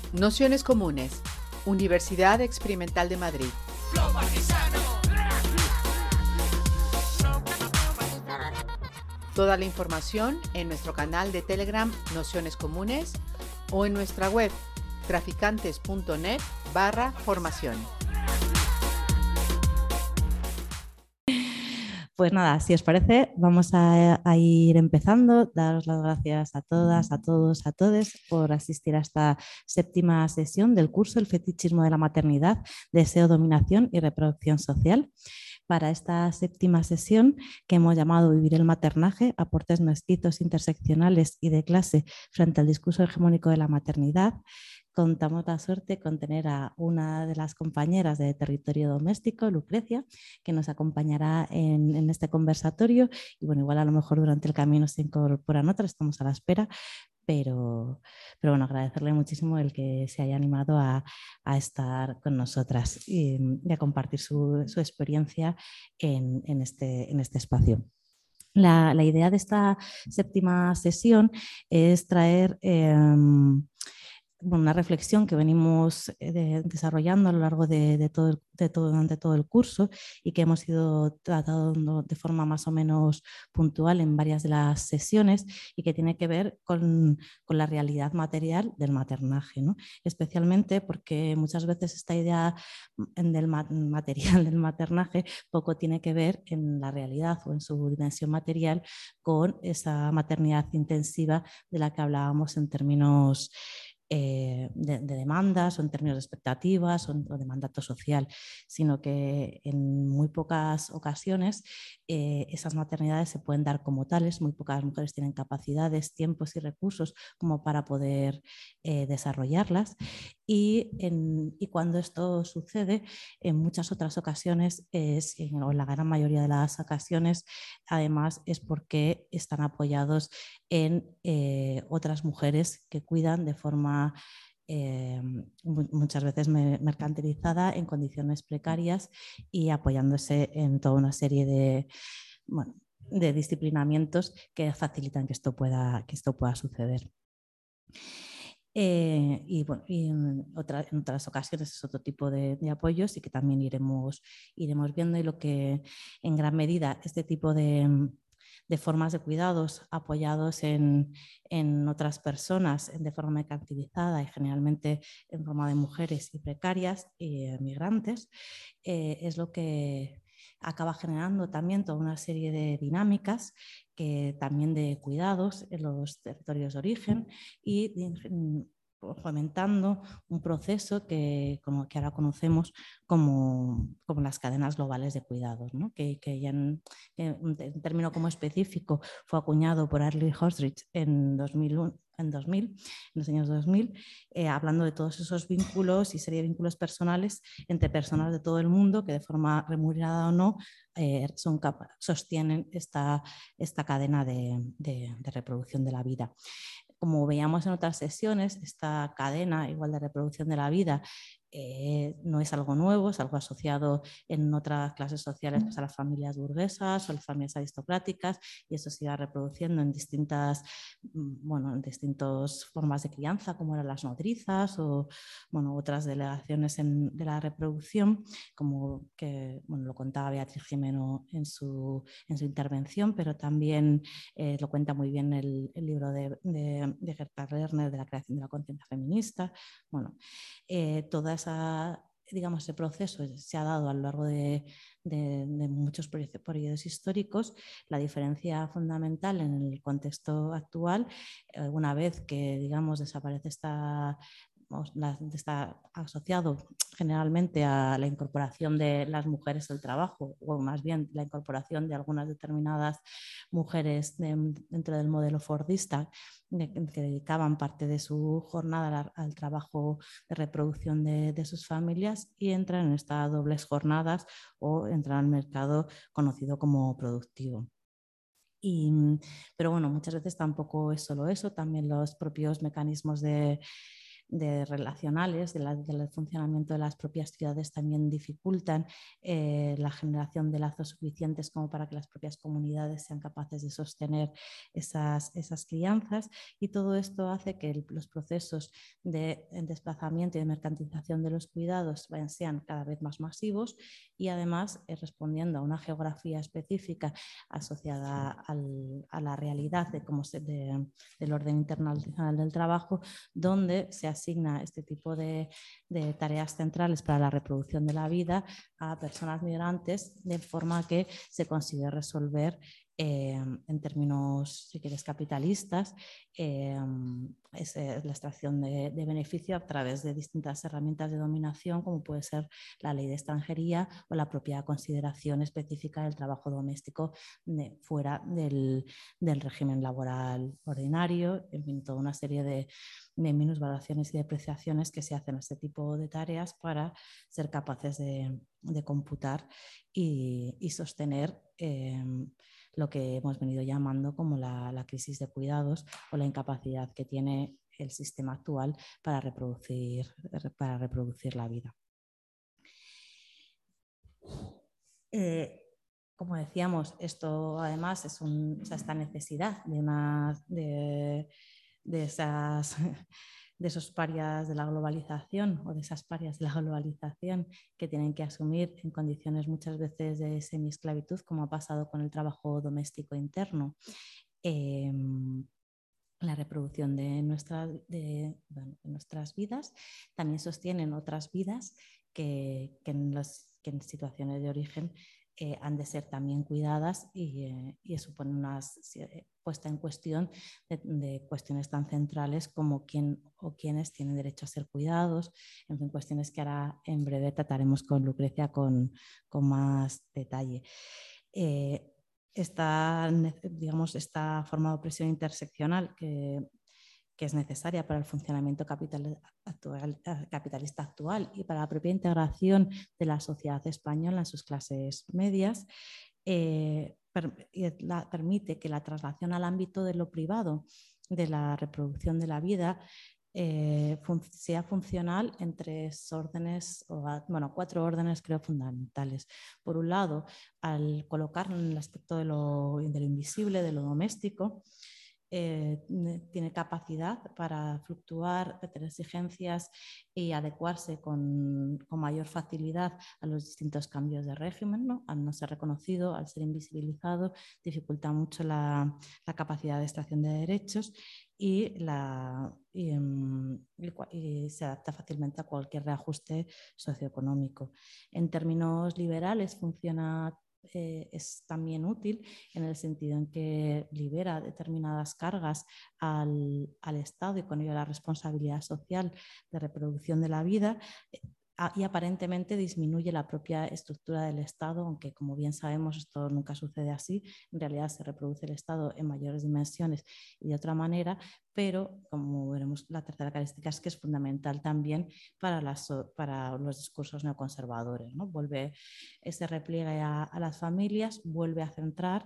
Nociones comunes. Universidad Experimental de Madrid. Toda la información en nuestro canal de Telegram Nociones Comunes o en nuestra web traficantes.net/formación. Pues nada, si os parece, vamos a ir empezando. Daros las gracias a todas, a todos, a todes por asistir a esta séptima sesión del curso El fetichismo de la maternidad, deseo, dominación y reproducción social. Para esta séptima sesión que hemos llamado Vivir el maternaje, aportes mestizos, interseccionales y de clase frente al discurso hegemónico de la maternidad, contamos la suerte con tener a una de las compañeras de Territorio Doméstico, Lucrecia, que nos acompañará en este conversatorio. Y bueno, igual a lo mejor durante el camino se incorporan otras, estamos a la espera. Pero bueno, agradecerle muchísimo el que se haya animado a estar con nosotras y a compartir su experiencia en este espacio. La idea de esta séptima sesión es traer una reflexión que venimos desarrollando a lo largo de todo el curso y que hemos ido tratando de forma más o menos puntual en varias de las sesiones y que tiene que ver con la realidad material del maternaje, ¿no? Especialmente porque muchas veces esta idea del material del maternaje poco tiene que ver en la realidad o en su dimensión material con esa maternidad intensiva de la que hablábamos en términos de demandas o en términos de expectativas o de mandato social, sino que en muy pocas ocasiones esas maternidades se pueden dar como tales. Muy pocas mujeres tienen capacidades, tiempos y recursos como para poder desarrollarlas y cuando esto sucede en muchas otras ocasiones o en la gran mayoría de las ocasiones además es porque están apoyados en otras mujeres que cuidan de forma muchas veces mercantilizada, en condiciones precarias y apoyándose en toda una serie de disciplinamientos que facilitan que esto pueda suceder. Y en otras ocasiones es otro tipo de apoyos y que también iremos viendo, y lo que en gran medida este tipo de formas de cuidados apoyados en otras personas de forma mercantilizada y generalmente en forma de mujeres y precarias y migrantes, es lo que acaba generando también toda una serie de dinámicas también de cuidados en los territorios de origen y fomentando un proceso que ahora conocemos como las cadenas globales de cuidados, ¿no? que ya un término como específico fue acuñado por Arlie Hostrich en 2001, en los años 2000, hablando de todos esos vínculos y serie de vínculos personales entre personas de todo el mundo que de forma remunerada o no sostienen esta cadena de reproducción de la vida. Como veíamos en otras sesiones, esta cadena igual de reproducción de la vida no es algo nuevo, es algo asociado en otras clases sociales, pues a las familias burguesas o a las familias aristocráticas, y eso se iba reproduciendo en distintas formas de crianza, como eran las nodrizas o otras delegaciones de la reproducción, como que lo contaba Beatriz Jimeno en su intervención, pero también lo cuenta muy bien el libro de Gerta Lerner, de la creación de la conciencia feminista. Toda ese proceso se ha dado a lo largo de muchos periodos históricos. La diferencia fundamental en el contexto actual, una vez que desaparece está asociado generalmente a la incorporación de las mujeres al trabajo, o más bien la incorporación de algunas determinadas mujeres dentro del modelo fordista que dedicaban parte de su jornada al trabajo de reproducción de sus familias, y entran en estas dobles jornadas o entran al mercado conocido como productivo. Pero muchas veces tampoco es solo eso, también los propios mecanismos de relacionales, del funcionamiento de las propias ciudades también dificultan la generación de lazos suficientes como para que las propias comunidades sean capaces de sostener esas crianzas, y todo esto hace que los procesos de desplazamiento y de mercantilización de los cuidados sean cada vez más masivos, y además respondiendo a una geografía específica asociada a la realidad del orden internacional del trabajo, donde se asigna este tipo de tareas centrales para la reproducción de la vida a personas migrantes, de forma que se consigue resolver en términos, si quieres, capitalistas, es la extracción de beneficio a través de distintas herramientas de dominación, como puede ser la ley de extranjería o la propia consideración específica del trabajo doméstico fuera del régimen laboral ordinario, en fin, toda una serie de minusvaloraciones y depreciaciones que se hacen a este tipo de tareas para ser capaces de computar y sostener lo que hemos venido llamando como la crisis de cuidados, o la incapacidad que tiene el sistema actual para reproducir la vida. Como decíamos, esto además es esta necesidad de esos parias de la globalización, o de esas parias de la globalización que tienen que asumir en condiciones muchas veces de semiesclavitud, como ha pasado con el trabajo doméstico interno. La reproducción de nuestras vidas también sostienen otras vidas que en situaciones de origen han de ser también cuidadas, y supone una puesta en cuestión de cuestiones tan centrales como quién o quiénes tienen derecho a ser cuidados, en fin, cuestiones que ahora en breve trataremos con Lucrecia con más detalle. Esta forma de opresión interseccional que es necesaria para el funcionamiento capitalista actual y para la propia integración de la sociedad española en sus clases medias, permite que la traslación al ámbito de lo privado de la reproducción de la vida sea funcional en cuatro órdenes, creo, fundamentales. Por un lado, al colocarlo en el aspecto de lo invisible, de lo doméstico, tiene capacidad para fluctuar, tener exigencias y adecuarse con mayor facilidad a los distintos cambios de régimen, ¿no? Al no ser reconocido, al ser invisibilizado, dificulta mucho la capacidad de extracción de derechos, y se adapta fácilmente a cualquier reajuste socioeconómico. En términos liberales, es también útil en el sentido en que libera determinadas cargas al Estado, y con ello la responsabilidad social de reproducción de la vida, y aparentemente disminuye la propia estructura del Estado, aunque, como bien sabemos, esto nunca sucede así. En realidad se reproduce el Estado en mayores dimensiones y de otra manera, pero, como veremos, la tercera característica es que es fundamental también para los discursos neoconservadores, ¿no? Vuelve ese repliegue a las familias, vuelve a centrar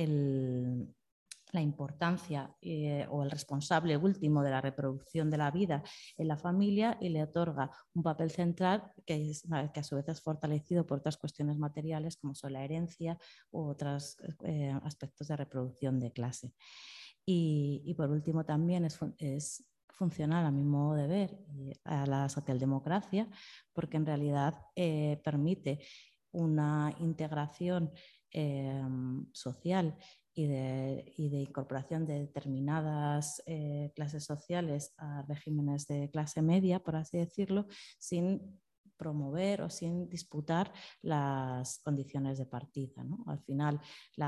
la importancia o el responsable último de la reproducción de la vida en la familia, y le otorga un papel central que a su vez es fortalecido por otras cuestiones materiales, como son la herencia u otros aspectos de reproducción de clase. Y por último, también es funcional, a mi modo de ver, a la socialdemocracia, porque en realidad permite una integración social y de incorporación de determinadas clases sociales a regímenes de clase media, por así decirlo, sin promover o sin disputar las condiciones de partida, ¿no? Al final,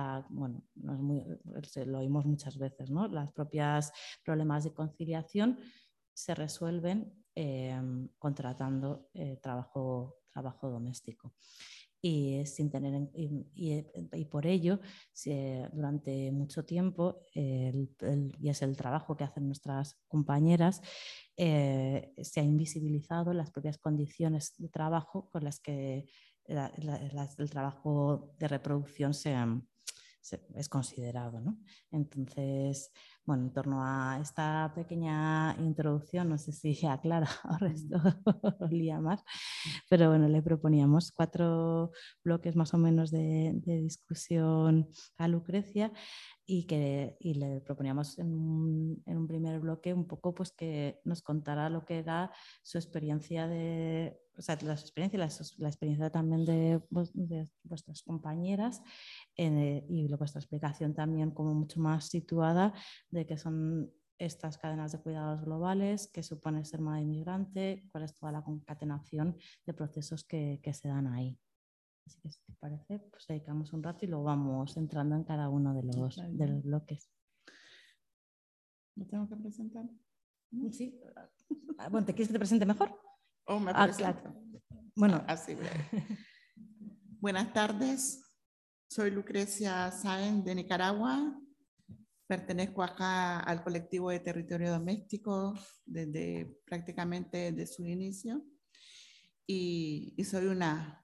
lo oímos muchas veces, ¿no? Las propias problemas de conciliación se resuelven contratando trabajo doméstico. Y por ello, durante mucho tiempo, y es el trabajo que hacen nuestras compañeras, se ha invisibilizado las propias condiciones de trabajo con las que el trabajo de reproducción se es considerado, ¿no? Entonces, bueno, en torno a esta pequeña introducción, no sé si aclara o esto lía más, pero bueno, le proponíamos 4 bloques más o menos de discusión a Lucrecia y le proponíamos en un primer bloque un poco pues que nos contara lo que era su experiencia o sea, la experiencia también de vuestras compañeras y vuestra explicación también como mucho más situada de qué son estas cadenas de cuidados globales, qué supone ser madre inmigrante, cuál es toda la concatenación de procesos que se dan ahí. Así que si te parece, pues dedicamos un rato y luego vamos entrando en cada uno de los bloques. ¿Me tengo que presentar? Sí. Bueno, ¿te quieres que te presente mejor? Oh, me claro. Bueno. Así Buenas tardes. Soy Lucrecia Sáenz de Nicaragua. Pertenezco acá al colectivo de territorio doméstico prácticamente desde su inicio. Y soy una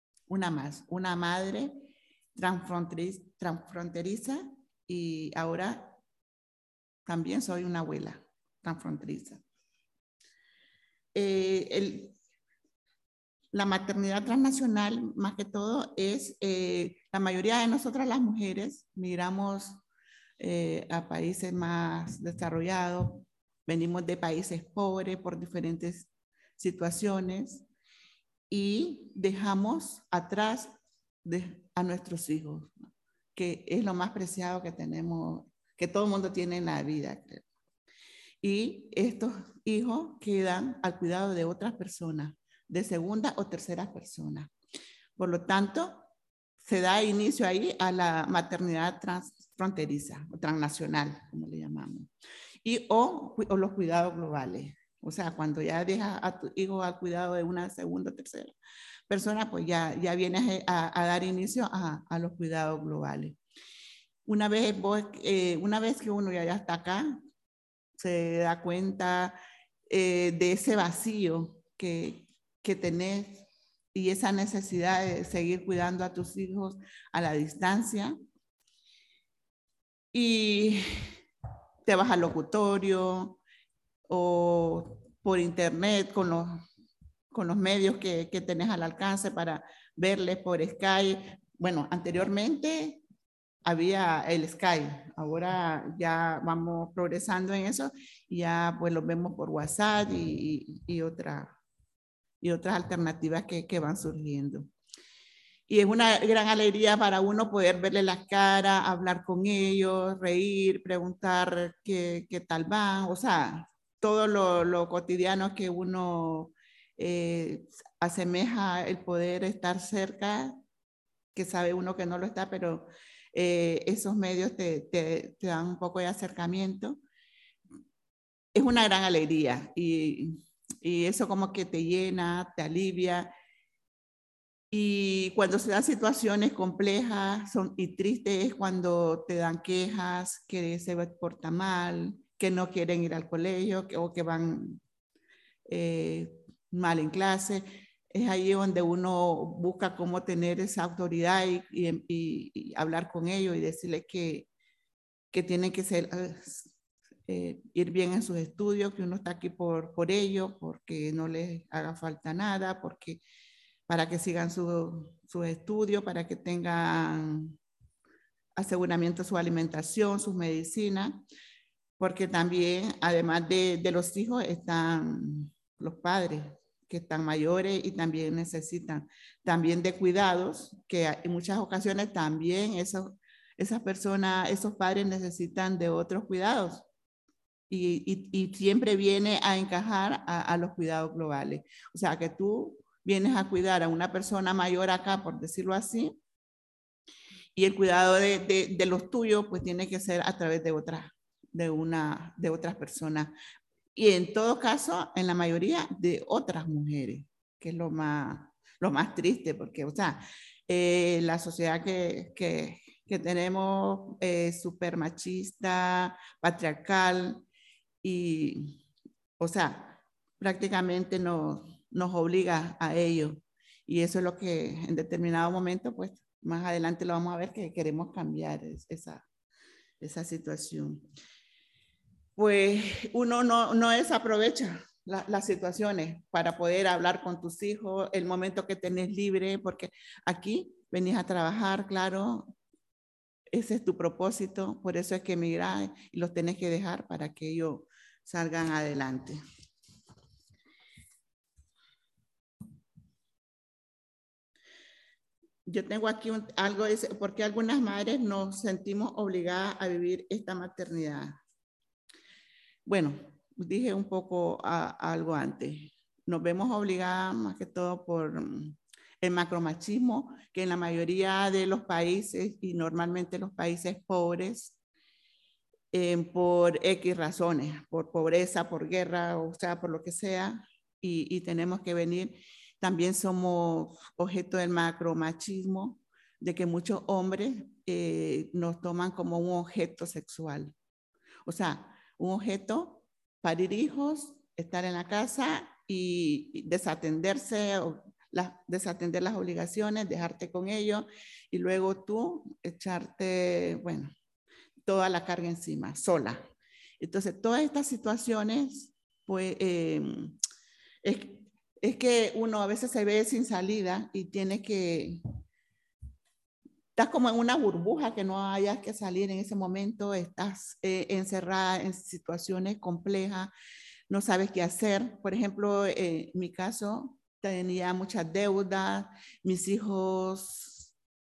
madre transfronteriza y ahora también soy una abuela transfronteriza. La maternidad transnacional, más que todo, es la mayoría de nosotras las mujeres migramos a países más desarrollados, venimos de países pobres por diferentes situaciones y dejamos atrás a nuestros hijos, ¿no? Que es lo más preciado que tenemos, que todo el mundo tiene en la vida, creo. Y estos hijos quedan al cuidado de otras personas, de segunda o tercera persona. Por lo tanto, se da inicio ahí a la maternidad transfronteriza o transnacional, como le llamamos, o los cuidados globales. O sea, cuando ya dejas a tu hijo al cuidado de una segunda o tercera persona, pues ya vienes a dar inicio a los cuidados globales. Una vez que uno ya está acá, se da cuenta de ese vacío que tenés y esa necesidad de seguir cuidando a tus hijos a la distancia. Y te vas al locutorio o por internet con los medios que tenés al alcance para verles por Skype. Bueno, anteriormente había el Skype, ahora ya vamos progresando en eso y ya pues los vemos por WhatsApp y otras alternativas que van surgiendo. Y es una gran alegría para uno poder verle las caras, hablar con ellos, reír, preguntar qué tal van, o sea, todo lo cotidiano que uno asemeja el poder estar cerca, que sabe uno que no lo está, pero esos medios te dan un poco de acercamiento. Es una gran alegría y eso como que te llena, te alivia. Y cuando se dan situaciones complejas y tristes es cuando te dan quejas, que se porta mal, que no quieren ir al colegio o que van mal en clase. Es ahí donde uno busca cómo tener esa autoridad y hablar con ellos y decirles que tienen que ir bien en sus estudios, que uno está aquí por ellos, porque no les haga falta nada, para que sigan sus estudios, para que tengan aseguramiento de su alimentación, sus medicinas, porque también, además de los hijos, están los padres que están mayores y también necesitan también de cuidados, que en muchas ocasiones también esas personas, esos padres necesitan de otros cuidados y siempre viene a encajar a los cuidados globales. O sea, que tú vienes a cuidar a una persona mayor acá, por decirlo así, y el cuidado de los tuyos, pues tiene que ser a través de otras personas. Y en todo caso, en la mayoría de otras mujeres, que es lo más triste, porque, o sea, la sociedad que tenemos es súper machista, patriarcal, y, o sea, prácticamente nos obliga a ello. Y eso es lo que en determinado momento, pues, más adelante lo vamos a ver que queremos cambiar esa situación. Pues uno no desaprovecha las situaciones para poder hablar con tus hijos, el momento que tenés libre, porque aquí venís a trabajar, claro, ese es tu propósito, por eso es que emigrás y los tenés que dejar para que ellos salgan adelante. Yo tengo aquí algo, porque algunas madres nos sentimos obligadas a vivir esta maternidad. Bueno, dije un poco algo antes. Nos vemos obligadas más que todo por el macromachismo, que en la mayoría de los países y normalmente los países pobres, por X razones, por pobreza, por guerra, o sea, por lo que sea, y tenemos que venir. También somos objeto del macromachismo, de que muchos hombres nos toman como un objeto sexual. O sea, un objeto, parir hijos, estar en la casa y desatenderse, desatender las obligaciones, dejarte con ellos y luego tú echarte, bueno, toda la carga encima, sola. Entonces, todas estas situaciones, pues, es que uno a veces se ve sin salida y tiene que, estás como en una burbuja que no hayas que salir en ese momento, estás encerrada en situaciones complejas, no sabes qué hacer. Por ejemplo, en mi caso, tenía muchas deudas, mis hijos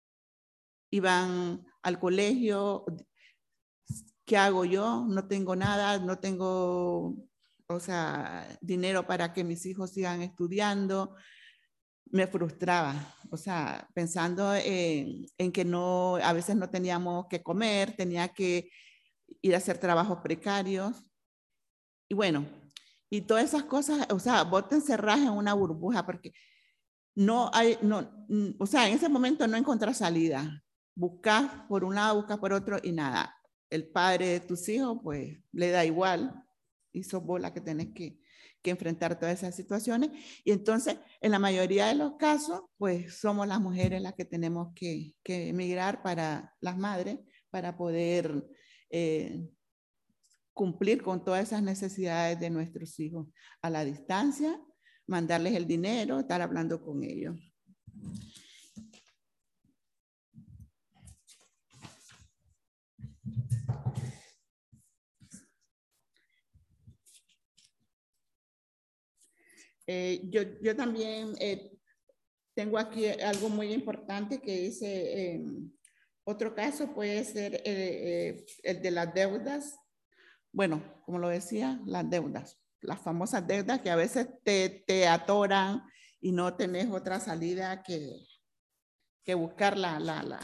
iban al colegio, ¿qué hago yo? No tengo nada, no tengo, o sea, dinero para que mis hijos sigan estudiando. Me frustraba, o sea, pensando en que no, a veces no teníamos que comer, tenía que ir a hacer trabajos precarios. Y bueno, y todas esas cosas, o sea, vos te encerrás en una burbuja porque no hay, no, o sea, en ese momento no encontrás salida. Buscas por un lado, buscas por otro y nada. El padre de tus hijos, pues, le da igual y sos vos la que tenés que enfrentar todas esas situaciones. Y entonces, en la mayoría de los casos, pues somos las mujeres las que tenemos que emigrar para las madres, para poder cumplir con todas esas necesidades de nuestros hijos a la distancia, mandarles el dinero, estar hablando con ellos. Yo también tengo aquí algo muy importante que dice, otro caso puede ser el de las deudas. Bueno, como lo decía, las deudas, las famosas deudas que a veces te atoran y no tenés otra salida que buscar la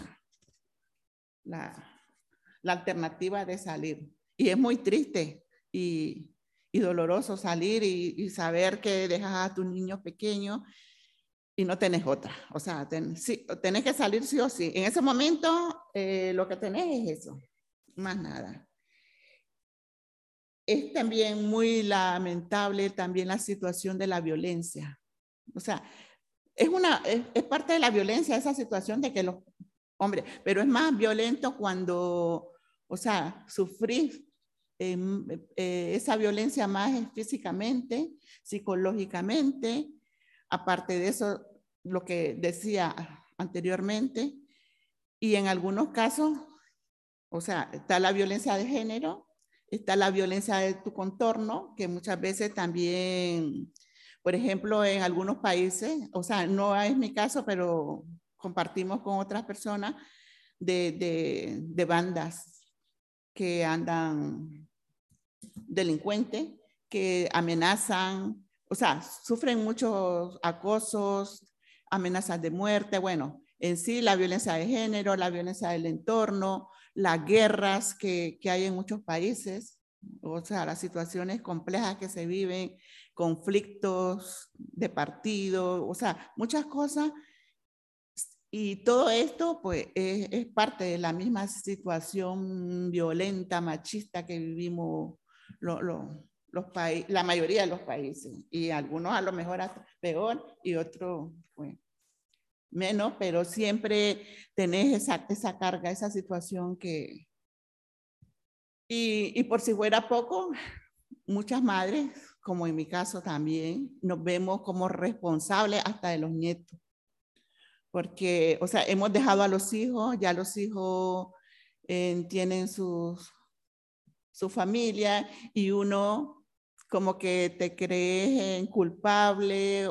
alternativa de salir. Y es muy triste y doloroso salir y saber que dejas a tus niños pequeños y no tenés otra. O sea, tenés que salir sí o sí. En ese momento lo que tenés es eso, más nada. Es también muy lamentable también la situación de la violencia. O sea, es parte de la violencia esa situación de que los hombres, pero es más violento cuando, o sea, sufrís esa violencia más físicamente, psicológicamente, aparte de eso, lo que decía anteriormente, y en algunos casos, o sea, está la violencia de género, está la violencia de tu contorno, que muchas veces también, por ejemplo, en algunos países, o sea, no es mi caso, pero compartimos con otras personas de bandas que andan delincuentes, que amenazan, o sea, sufren muchos acosos, amenazas de muerte, bueno, en sí la violencia de género, la violencia del entorno, las guerras que hay en muchos países, o sea, las situaciones complejas que se viven, conflictos de partido, o sea, muchas cosas. Y todo esto, pues, es parte de la misma situación violenta, machista que vivimos la mayoría de los países. Y algunos a lo mejor hasta peor y otros, pues, menos, pero siempre tenés esa carga, esa situación que... Y por si fuera poco, muchas madres, como en mi caso también, nos vemos como responsables hasta de los nietos. Porque, o sea, hemos dejado a los hijos, ya los hijos tienen su familia y uno como que te crees culpable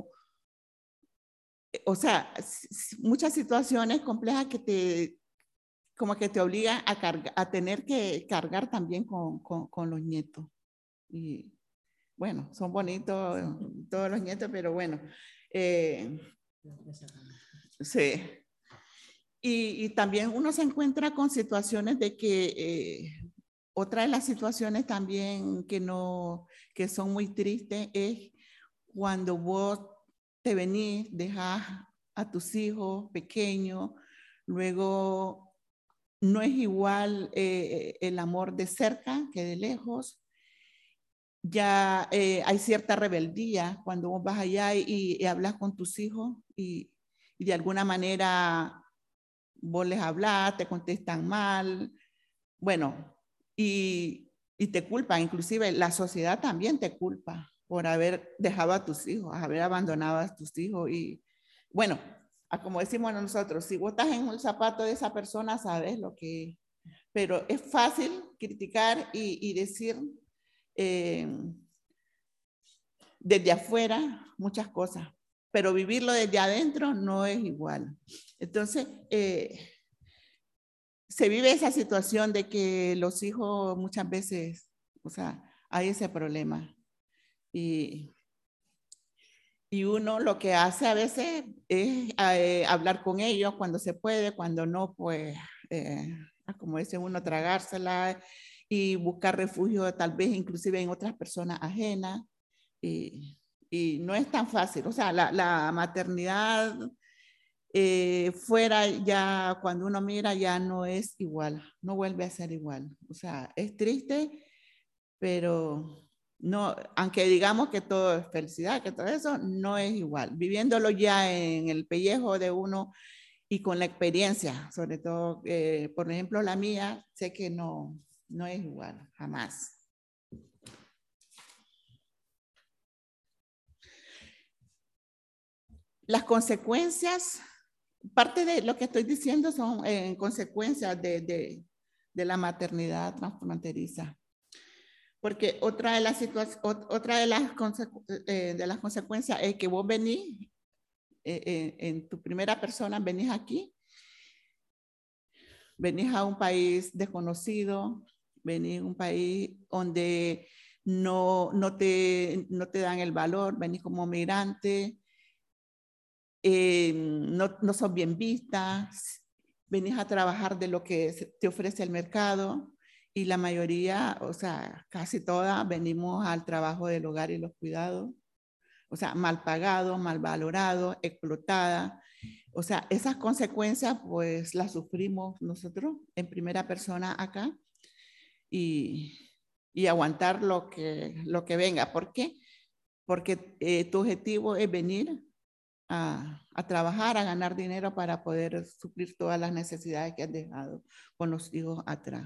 o sea, muchas situaciones complejas que como que te obligan a tener que cargar también con los nietos. Y bueno, son bonitos todos los nietos, pero bueno. Sí. Y también uno se encuentra con situaciones de que otra de las situaciones también que son muy tristes es cuando vos te venís, dejas a tus hijos pequeños, luego no es igual el amor de cerca que de lejos. Ya hay cierta rebeldía cuando vos vas allá y hablas con tus hijos y de alguna manera vos les hablas, te contestan mal, bueno, y te culpan, inclusive la sociedad también te culpa por haber dejado a tus hijos, haber abandonado a tus hijos y bueno, como decimos nosotros, si vos estás en el zapato de esa persona, sabes lo que... Pero es fácil criticar y decir desde afuera muchas cosas, pero vivirlo desde adentro no es igual. Entonces, se vive esa situación de que los hijos muchas veces, o sea, hay ese problema. Y uno lo que hace a veces es hablar con ellos cuando se puede, cuando no, pues, como dice uno, tragársela y buscar refugio tal vez inclusive en otras personas ajenas. Y no es tan fácil. O sea, la maternidad fuera ya, cuando uno mira, ya no es igual, no vuelve a ser igual. O sea, es triste, pero no, aunque digamos que todo es felicidad, que todo eso, no es igual. Viviéndolo ya en el pellejo de uno y con la experiencia, sobre todo, por ejemplo, la mía, sé que no es igual, jamás. Las consecuencias, parte de lo que estoy diciendo son consecuencias de la maternidad transfronteriza. Porque otra de las consecuencias es que vos venís, en tu primera persona, venís aquí, venís a un país desconocido, venís a un país donde no te dan el valor, venís como migrante, no sos bien vista, venís a trabajar de lo que te ofrece el mercado y la mayoría, o sea, casi todas venimos al trabajo del hogar y los cuidados, o sea, mal pagado, mal valorado, explotada. O sea, esas consecuencias pues las sufrimos nosotros en primera persona acá y aguantar lo que venga. ¿Por qué? Porque tu objetivo es venir a trabajar, a ganar dinero para poder suplir todas las necesidades que has dejado con los hijos atrás.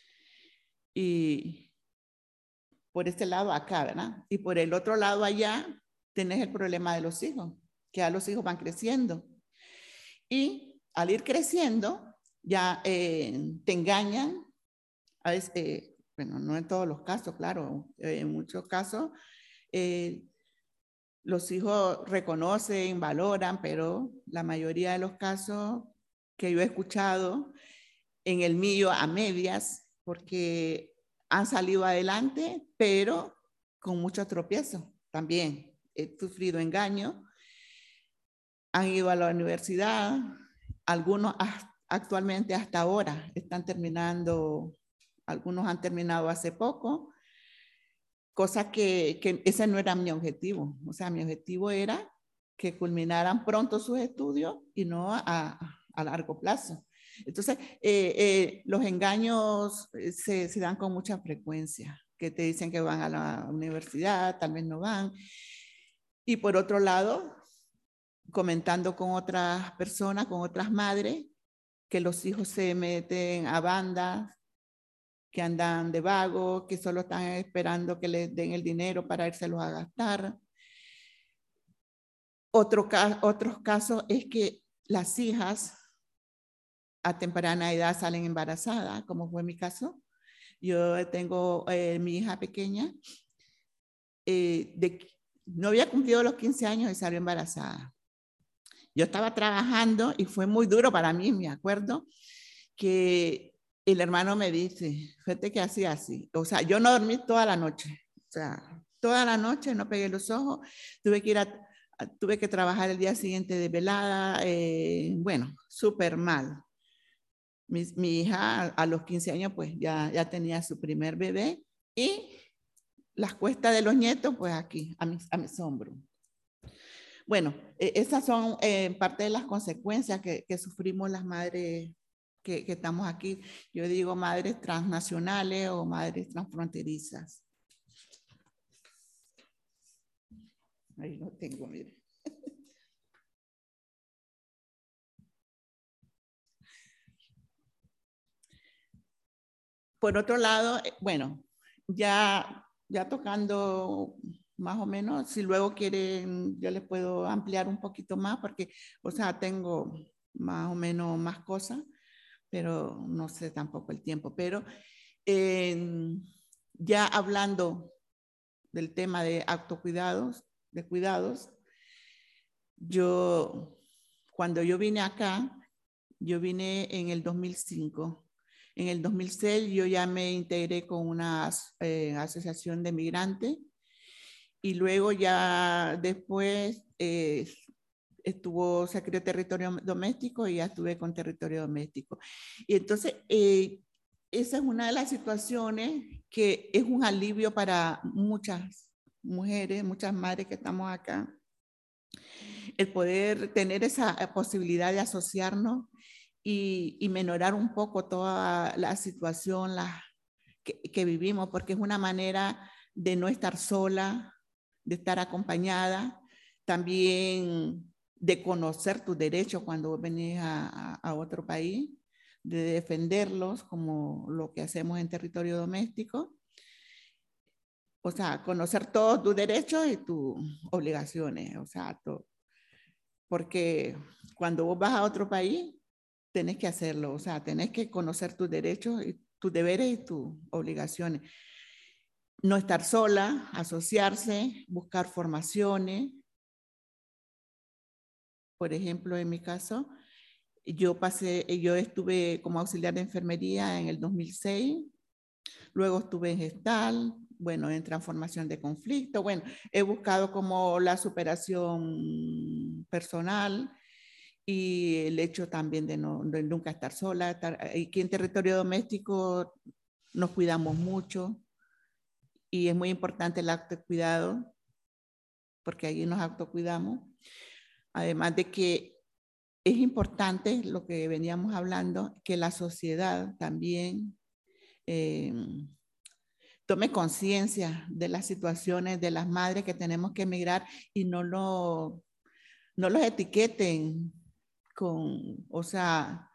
Y por este lado acá, ¿verdad? Y por el otro lado allá tenés el problema de los hijos, que ya los hijos van creciendo. Y al ir creciendo, ya te engañan, a veces, bueno, no en todos los casos, claro, en muchos casos, los hijos reconocen, valoran, pero la mayoría de los casos que yo he escuchado, en el mío a medias, porque han salido adelante, pero con muchos tropiezos también. He sufrido engaño, han ido a la universidad, algunos actualmente hasta ahora están terminando, algunos han terminado hace poco, cosa que ese no era mi objetivo. O sea, mi objetivo era que culminaran pronto sus estudios y no a largo plazo. Entonces, los engaños se dan con mucha frecuencia, que te dicen que van a la universidad, tal vez no van. Y por otro lado, comentando con otras personas, con otras madres, que los hijos se meten a bandas, que andan de vago, que solo están esperando que les den el dinero para irselos a gastar. Otros casos es que las hijas a temprana edad salen embarazadas, como fue mi caso. Yo tengo mi hija pequeña, no había cumplido los 15 años y salió embarazada. Yo estaba trabajando y fue muy duro para mí, me acuerdo, que el hermano me dice, fíjate que así. O sea, yo no dormí toda la noche. O sea, toda la noche no pegué los ojos. Tuve que trabajar el día siguiente de velada. Bueno, súper mal. Mi hija a los 15 años pues ya tenía su primer bebé y las cuestas de los nietos pues aquí, a mis hombros. Bueno, esas son parte de las consecuencias que sufrimos las madres que estamos aquí. Yo digo madres transnacionales o madres transfronterizas. Ahí lo tengo, mire. Por otro lado, bueno, ya tocando más o menos, si luego quieren, yo les puedo ampliar un poquito más porque, o sea, tengo más o menos más cosas, pero no sé tampoco el tiempo. Pero ya hablando del tema de autocuidados, de cuidados, cuando yo vine acá, yo vine en el 2005. En el 2006 yo ya me integré con una asociación de migrantes y luego ya después estuvo Secretaría de Territorio Doméstico y ya estuve con Territorio Doméstico. Y entonces esa es una de las situaciones que es un alivio para muchas mujeres, muchas madres que estamos acá, el poder tener esa posibilidad de asociarnos y menorar un poco toda la situación que vivimos, porque es una manera de no estar sola, de estar acompañada, también de conocer tus derechos cuando venís a otro país, de defenderlos como lo que hacemos en territorio doméstico. O sea, conocer todos tus derechos y tus obligaciones, o sea, todo. Porque cuando vos vas a otro país, tenés que hacerlo, o sea, tenés que conocer tus derechos, y tus deberes y tus obligaciones. No estar sola, asociarse, buscar formaciones. Por ejemplo, en mi caso, yo estuve como auxiliar de enfermería en el 2006, luego estuve en gestal, bueno, en transformación de conflicto, bueno, he buscado como la superación personal y el hecho también de nunca estar sola. Aquí en territorio doméstico nos cuidamos mucho y es muy importante el autocuidado porque allí nos autocuidamos. Además de que es importante lo que veníamos hablando, que la sociedad también tome conciencia de las situaciones de las madres que tenemos que emigrar y no los etiqueten o sea,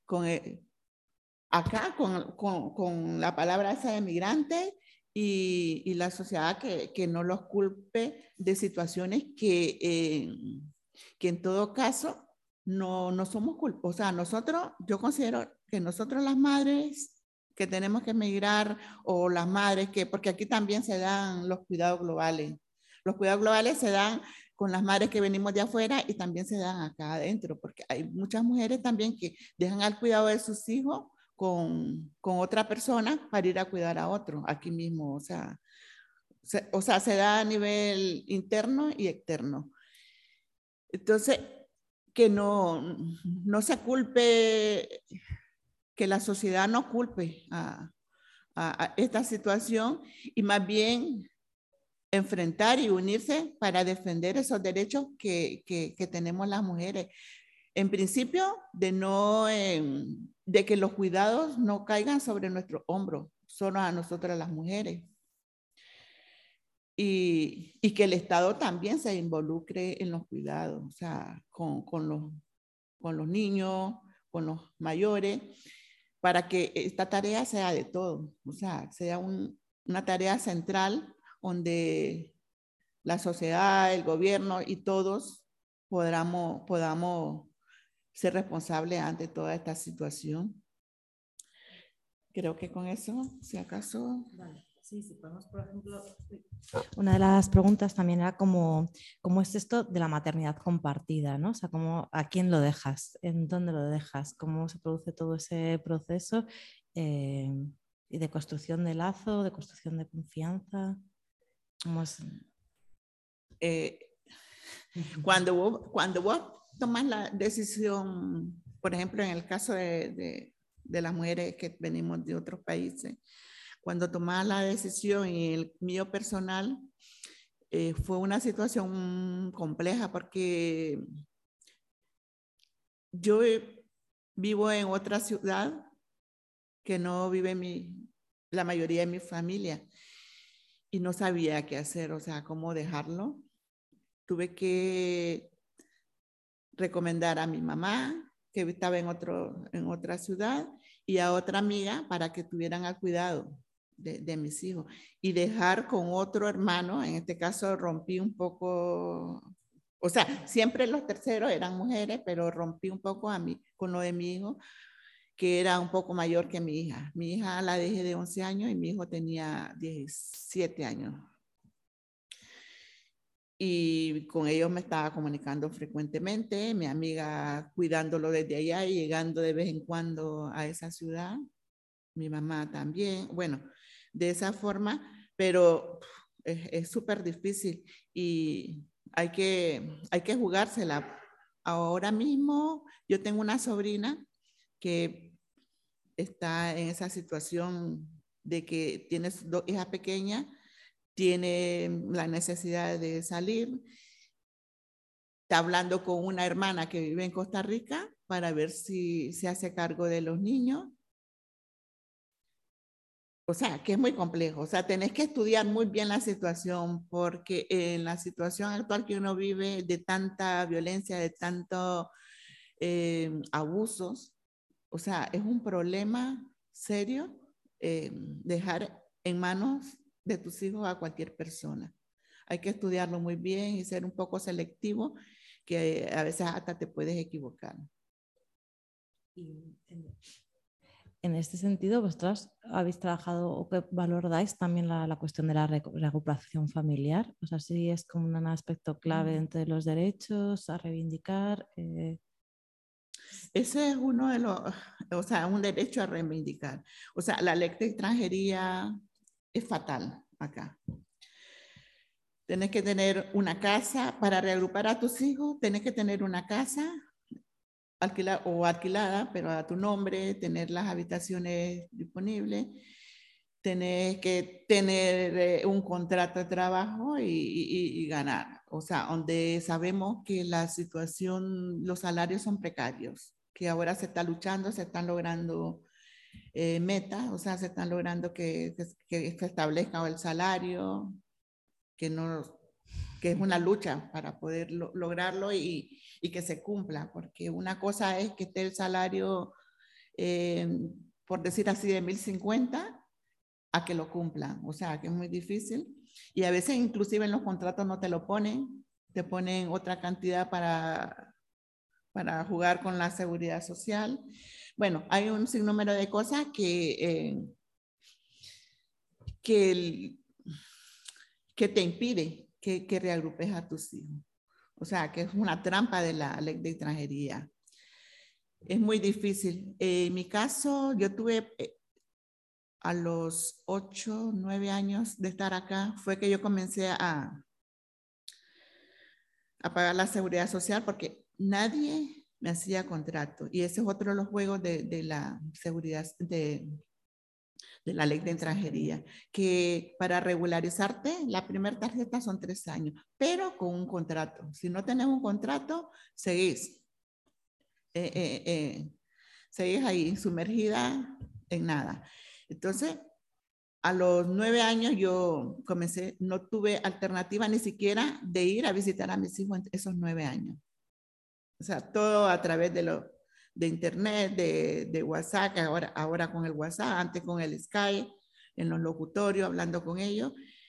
acá con la palabra esa de migrante y la sociedad que no los culpe de situaciones que en todo caso no somos culpables. O sea, yo considero que nosotros las madres que tenemos que emigrar o las madres porque aquí también se dan los cuidados globales. Los cuidados globales se dan con las madres que venimos de afuera y también se dan acá adentro, porque hay muchas mujeres también que dejan al cuidado de sus hijos con otra persona para ir a cuidar a otro aquí mismo. O sea, se da a nivel interno y externo. Entonces, que no se culpe, que la sociedad no culpe a esta situación y más bien enfrentar y unirse para defender esos derechos que tenemos las mujeres. En principio, de que los cuidados no caigan sobre nuestro hombro, solo a nosotras las mujeres. y que el Estado también se involucre en los cuidados, o sea, con los niños, con los mayores, para que esta tarea sea de todos, o sea, sea una tarea central donde la sociedad, el gobierno y todos podamos ser responsables ante toda esta situación. Creo que con eso, si acaso... Vale. Sí, sí, podemos, por ejemplo, una de las preguntas también era cómo es esto de la maternidad compartida, ¿no? O sea, ¿a quién lo dejas? ¿En dónde lo dejas? ¿Cómo se produce todo ese proceso y de construcción de lazo, de construcción de confianza? ¿Cómo es? Cuando vos tomas la decisión, por ejemplo, en el caso de las mujeres que venimos de otros países, cuando tomas la decisión y el mío personal, fue una situación compleja porque yo vivo en otra ciudad que no vive la mayoría de mi familia y no sabía qué hacer, o sea, cómo dejarlo. Tuve que recomendar a mi mamá, que estaba en otra ciudad, y a otra amiga para que tuvieran al cuidado de mis hijos. Y dejar con otro hermano, en este caso rompí un poco, o sea, siempre los terceros eran mujeres, pero rompí un poco con lo de mi hijo, que era un poco mayor que mi hija. Mi hija la dejé de 11 años y mi hijo tenía 17 años. Y con ellos me estaba comunicando frecuentemente, mi amiga cuidándolo desde allá y llegando de vez en cuando a esa ciudad, mi mamá también, bueno, de esa forma, pero es súper difícil y hay que jugársela. Ahora mismo yo tengo una sobrina que está en esa situación de que tiene 2 hijas pequeñas, tiene la necesidad de salir, está hablando con una hermana que vive en Costa Rica para ver si se hace cargo de los niños. O sea, que es muy complejo. O sea, tenés que estudiar muy bien la situación porque en la situación actual que uno vive de tanta violencia, de tantos abusos, o sea, es un problema serio dejar en manos de tus hijos a cualquier persona. Hay que estudiarlo muy bien y ser un poco selectivo, que a veces hasta te puedes equivocar. Y en este sentido, vosotras habéis trabajado o qué valor dais también la cuestión de la recuperación familiar. O sea, sí es como un aspecto clave dentro de los derechos a reivindicar. Ese es uno de los, o sea, un derecho a reivindicar. O sea, la ley de extranjería es fatal acá. Tenés que tener una casa para reagrupar a tus hijos, tenés que tener una casa alquilada, pero a tu nombre, tener las habitaciones disponibles, tenés que tener un contrato de trabajo y ganar. O sea, donde sabemos que la situación, los salarios son precarios, que ahora se está luchando, se están logrando metas, o sea, se están logrando que se establezca el salario, que es una lucha para poder lograrlo y que se cumpla, porque una cosa es que esté el salario, por decir así, de 1.050 a que lo cumplan, o sea, que es muy difícil. Y a veces inclusive en los contratos no te lo ponen, te ponen otra cantidad para jugar con la seguridad social. Bueno, hay un sinnúmero de cosas que te impide que reagrupes a tus hijos. O sea, que es una trampa de la ley de extranjería. Es muy difícil. En mi caso, yo tuve a los 8, 9 años de estar acá, fue que yo comencé a pagar la seguridad social porque nadie me hacía contrato. Y ese es otro de los juegos de la seguridad, de la ley de extranjería, que para regularizarte, la primera tarjeta son 3 años, pero con un contrato. Si no tenés un contrato, seguís. Seguís ahí sumergida en nada. Entonces, a los 9 años yo comencé, no tuve alternativa ni siquiera de ir a visitar a mis hijos en esos 9 años. O sea, todo a través de internet, de WhatsApp, ahora con el WhatsApp, antes con el Skype, en los locutorios, hablando con ellos.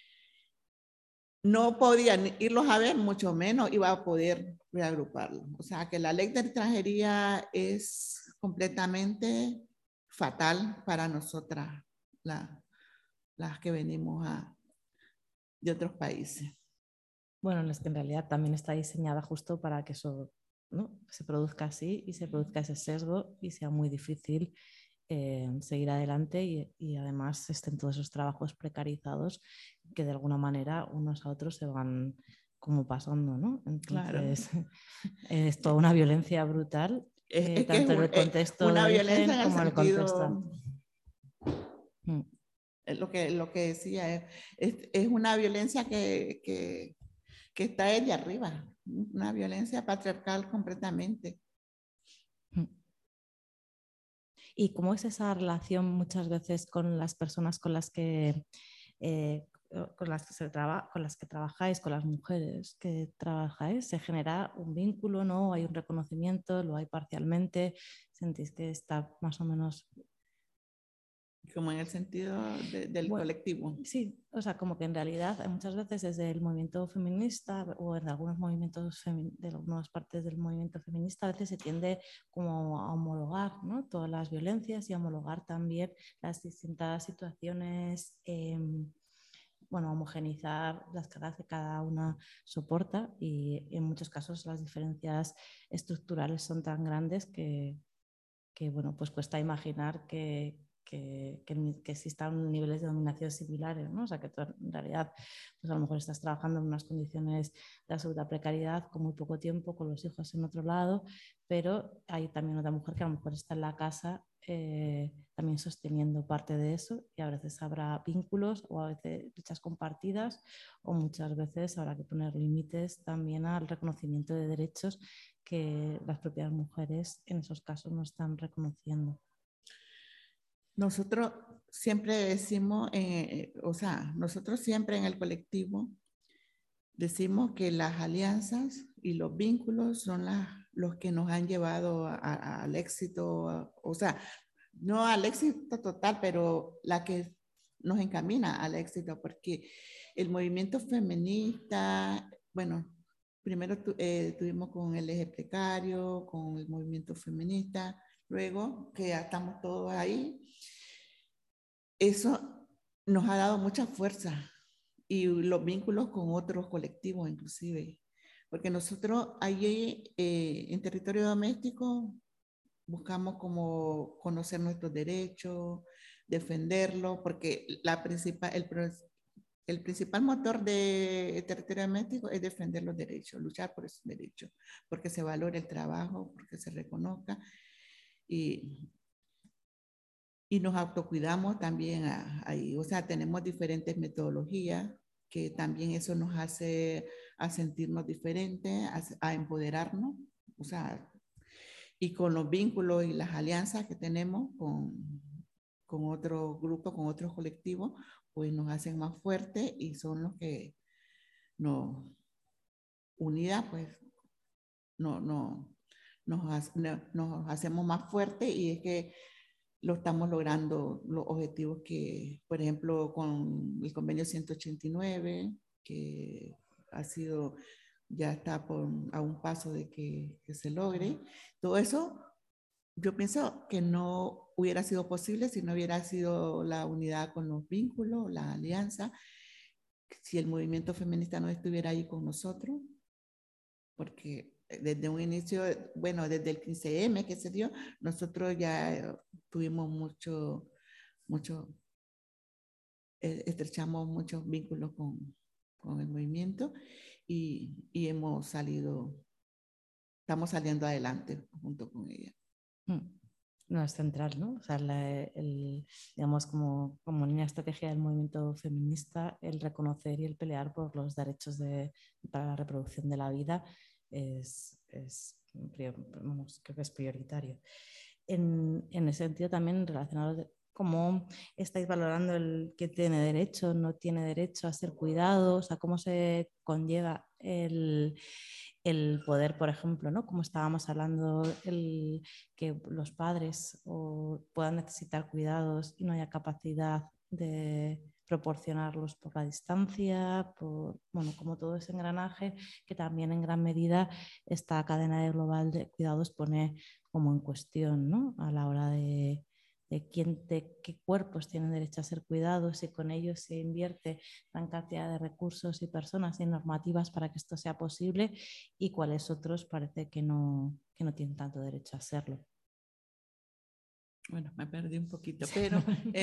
No podían irlos a ver, mucho menos iba a poder reagruparlos. O sea, que la ley de extranjería es completamente fatal para nosotras, las que venimos de otros países. Bueno, es que en realidad también está diseñada justo para que eso, ¿no?, se produzca así y se produzca ese sesgo y sea muy difícil seguir adelante y además estén todos esos trabajos precarizados que de alguna manera unos a otros se van como pasando, ¿no? Entonces, claro. Es toda una violencia brutal, tanto en el contexto de origen como en el contexto. Lo que decía, es una violencia que está de arriba, una violencia patriarcal completamente. ¿Y cómo es esa relación muchas veces con las personas con las que trabajáis, con las mujeres que trabajáis? ¿Se genera un vínculo, no? ¿Hay un reconocimiento? ¿Lo hay parcialmente? ¿Sentís que está más o menos...? Como en el sentido del colectivo. Sí, o sea, como que en realidad muchas veces desde el movimiento feminista o en algunos movimientos de algunas partes del movimiento feminista a veces se tiende como a homologar, ¿no?, todas las violencias y a homologar también las distintas situaciones, bueno, homogenizar las cargas que cada una soporta y en muchos casos las diferencias estructurales son tan grandes que bueno, pues cuesta imaginar que existan niveles de dominación similares, ¿no? O sea, que tú en realidad pues a lo mejor estás trabajando en unas condiciones de absoluta precariedad, con muy poco tiempo, con los hijos en otro lado, pero hay también otra mujer que a lo mejor está en la casa también sosteniendo parte de eso y a veces habrá vínculos o a veces luchas compartidas o muchas veces habrá que poner límites también al reconocimiento de derechos que las propias mujeres en esos casos no están reconociendo. Nosotros siempre decimos, o sea, nosotros siempre en el colectivo decimos que las alianzas y los vínculos son los que nos han llevado al éxito, o sea, no al éxito total, pero la que nos encamina al éxito, porque el movimiento feminista, bueno, primero tuvimos con el eje precario, con el movimiento feminista, luego que ya estamos todos ahí, eso nos ha dado mucha fuerza y los vínculos con otros colectivos inclusive, porque nosotros allí en territorio doméstico buscamos como conocer nuestros derechos, defenderlos, porque el principal motor de territorio doméstico es defender los derechos, luchar por esos derechos, porque se valore el trabajo, porque se reconozca y nos autocuidamos también ahí. O sea, tenemos diferentes metodologías que también eso nos hace a sentirnos diferentes, a empoderarnos. O sea, y con los vínculos y las alianzas que tenemos con otros grupos, con otros colectivos, pues nos hacen más fuertes y son los que nos, unidas, pues nos hacemos más fuertes y es que lo estamos logrando los objetivos que, por ejemplo, con el convenio 189, que ha sido, ya está a un paso de que se logre. Todo eso, yo pienso que no hubiera sido posible si no hubiera sido la unidad con los vínculos, la alianza, si el movimiento feminista no estuviera ahí con nosotros, porque desde un inicio, bueno, desde el 15M que se dio, nosotros ya tuvimos estrechamos muchos vínculos con el movimiento y hemos estamos saliendo adelante junto con ella. No, es central, ¿no? O sea, digamos, como línea de estrategia del movimiento feminista, el reconocer y el pelear por los derechos para la reproducción de la vida creo que es prioritario. En ese sentido, también relacionado ¿Cómo estáis valorando el que tiene derecho, no tiene derecho a ser cuidado? O sea, ¿cómo se conlleva el poder, por ejemplo, ¿no? Como estábamos hablando, que los padres puedan necesitar cuidados y no haya capacidad de proporcionarlos por la distancia, bueno, como todo ese engranaje que también en gran medida esta cadena global de cuidados pone como en cuestión, ¿no? A la hora de qué cuerpos tienen derecho a ser cuidados y con ellos se invierte gran cantidad de recursos y personas y normativas para que esto sea posible y cuáles otros parece que no tienen tanto derecho a hacerlo. Bueno, me perdí un poquito, pero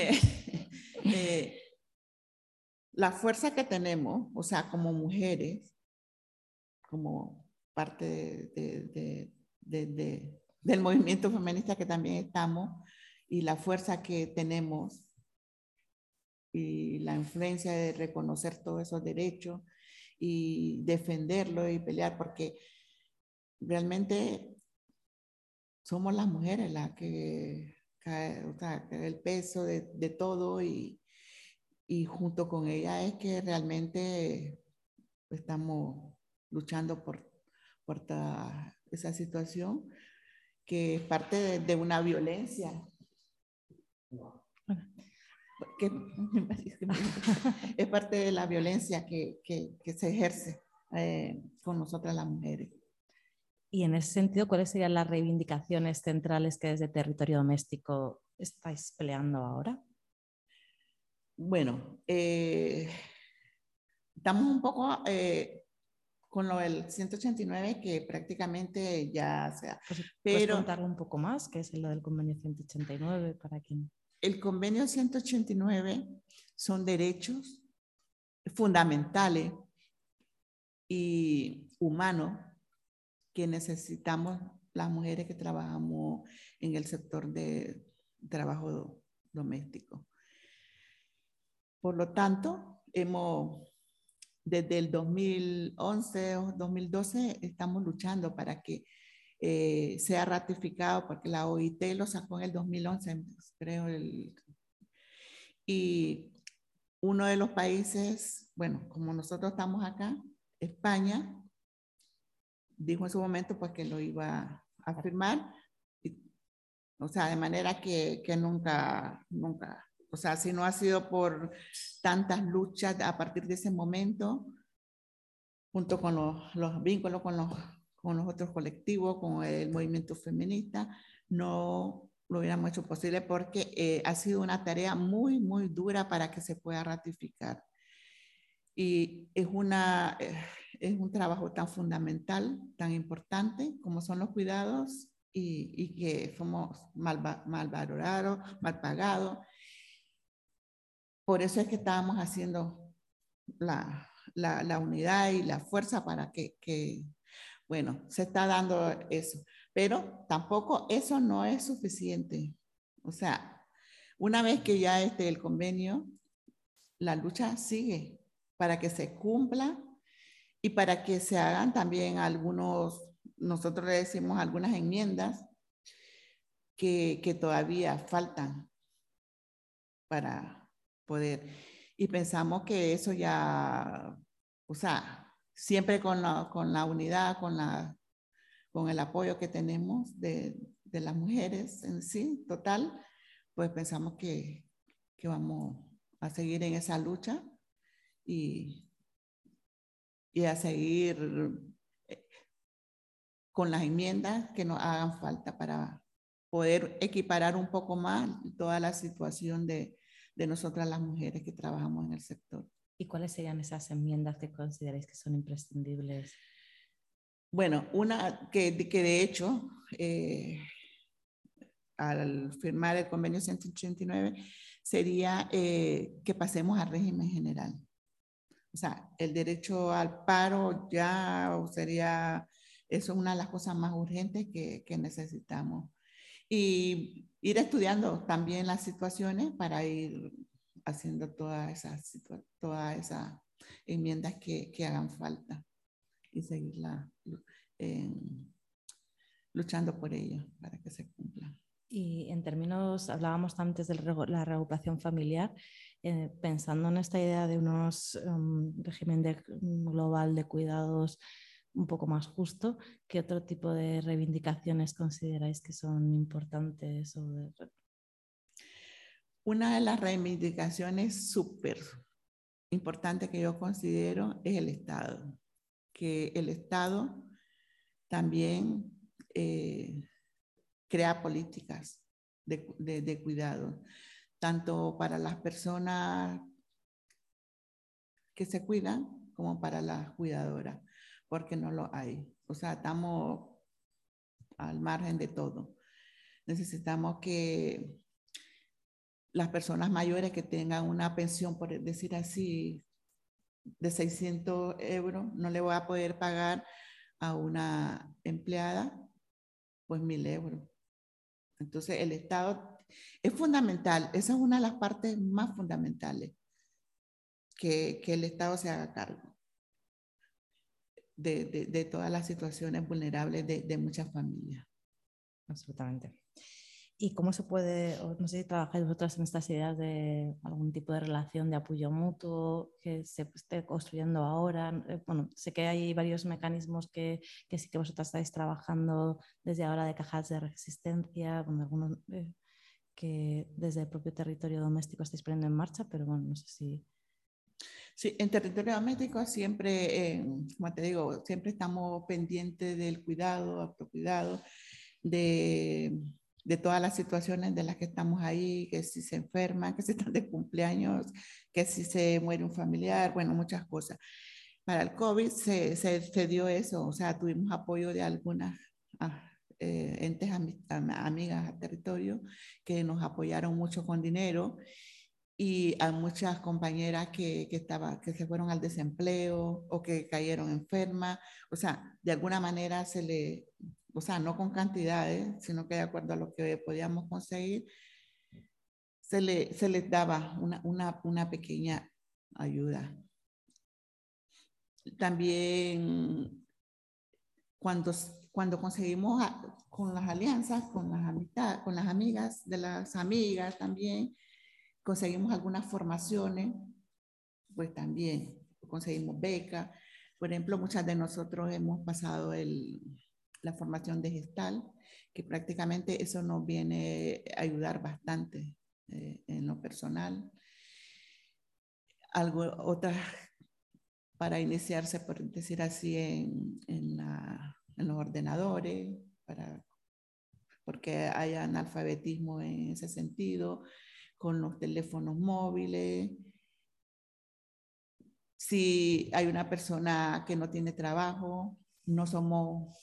la fuerza que tenemos, o sea, como mujeres, como parte del movimiento feminista que también estamos, y la fuerza que tenemos y la influencia de reconocer todos esos derechos y defenderlo y pelear, porque realmente somos las mujeres las que cae, o sea, el peso de todo y junto con ella es que realmente estamos luchando por toda esa situación que es parte de una violencia que es parte de la violencia que se ejerce con nosotras las mujeres. Y en ese sentido, ¿cuáles serían las reivindicaciones centrales que desde territorio doméstico estáis peleando ahora? Bueno, estamos un poco con lo del 189 que prácticamente ya se ha... Pues, ¿puedes pero contarlo un poco más? ¿Qué es lo del convenio 189 para quien? El convenio 189 son derechos fundamentales y humanos que necesitamos las mujeres que trabajamos en el sector de trabajo doméstico. Por lo tanto, desde el 2011 o 2012 estamos luchando para que sea ratificado, porque la OIT lo sacó en el 2011, creo, y uno de los países, bueno, como nosotros estamos acá, España, dijo en su momento pues que lo iba a firmar, o sea, de manera que nunca, o sea, si no ha sido por tantas luchas a partir de ese momento, junto con los vínculos con los otros colectivos, con el movimiento feminista, no lo hubiéramos hecho posible porque ha sido una tarea muy, muy dura para que se pueda ratificar. Y es un trabajo tan fundamental, tan importante como son los cuidados y que somos mal valorados, mal pagados. Por eso es que estábamos haciendo la unidad y la fuerza para bueno, se está dando eso. Pero tampoco eso no es suficiente. O sea, una vez que ya esté el convenio, la lucha sigue para que se cumpla y para que se hagan también nosotros le decimos algunas enmiendas que todavía faltan para poder. Y pensamos que eso ya, o sea, siempre con la unidad, con el apoyo que tenemos de las mujeres en sí, total, pues pensamos que vamos a seguir en esa lucha y a seguir con las enmiendas que nos hagan falta para poder equiparar un poco más toda la situación de nosotras las mujeres que trabajamos en el sector. ¿Y cuáles serían esas enmiendas que consideráis que son imprescindibles? Bueno, una que de hecho, al firmar el convenio 189, sería que pasemos al régimen general. O sea, el derecho al paro ya sería, eso es una de las cosas más urgentes que necesitamos. Y ir estudiando también las situaciones para ir haciendo todas esas enmiendas que hagan falta y seguirla luchando por ello para que se cumplan. Y en términos, hablábamos antes de la reagrupación familiar, pensando en esta idea de unos régimen global de cuidados un poco más justo, ¿qué otro tipo de reivindicaciones consideráis que son importantes? Una de las reivindicaciones súper importantes que yo considero es el Estado, que el Estado también crea políticas de cuidado, tanto para las personas que se cuidan como para las cuidadoras, porque no lo hay. O sea, estamos al margen de todo. Necesitamos que las personas mayores que tengan una pensión, por decir así, de 600 euros, no le voy a poder pagar a una empleada, pues 1.000 euros. Entonces, el Estado es fundamental. Esa es una de las partes más fundamentales, que el Estado se haga cargo de todas las situaciones vulnerables de muchas familias. Absolutamente. ¿Y cómo se puede, no sé si trabajáis vosotras en estas ideas de algún tipo de relación de apoyo mutuo que se esté construyendo ahora? Bueno, sé que hay varios mecanismos que sí que vosotras estáis trabajando desde ahora de cajas de resistencia, bueno, algunos que desde el propio territorio doméstico estáis poniendo en marcha, pero bueno, no sé si... Sí, en territorio doméstico siempre, como te digo, siempre estamos pendientes del cuidado, autocuidado, de todas las situaciones de las que estamos ahí, que si se enferman, que si están de cumpleaños, que si se muere un familiar, bueno, muchas cosas. Para el COVID se dio eso, o sea, tuvimos apoyo de algunas entes amigas a territorio que nos apoyaron mucho con dinero, y a muchas compañeras que se fueron al desempleo o que cayeron enfermas. O sea, de alguna manera o sea, no con cantidades, sino que de acuerdo a lo que podíamos conseguir, se les daba una pequeña ayuda. También cuando conseguimos con las alianzas, con las amigas de las amigas también, conseguimos algunas formaciones, pues también conseguimos becas. Por ejemplo, muchas de nosotros hemos pasado la formación de gestal, que prácticamente eso nos viene a ayudar bastante en lo personal. Otras para iniciarse, por decir así, en los ordenadores, porque hay analfabetismo en ese sentido, con los teléfonos móviles. Si hay una persona que no tiene trabajo, no somos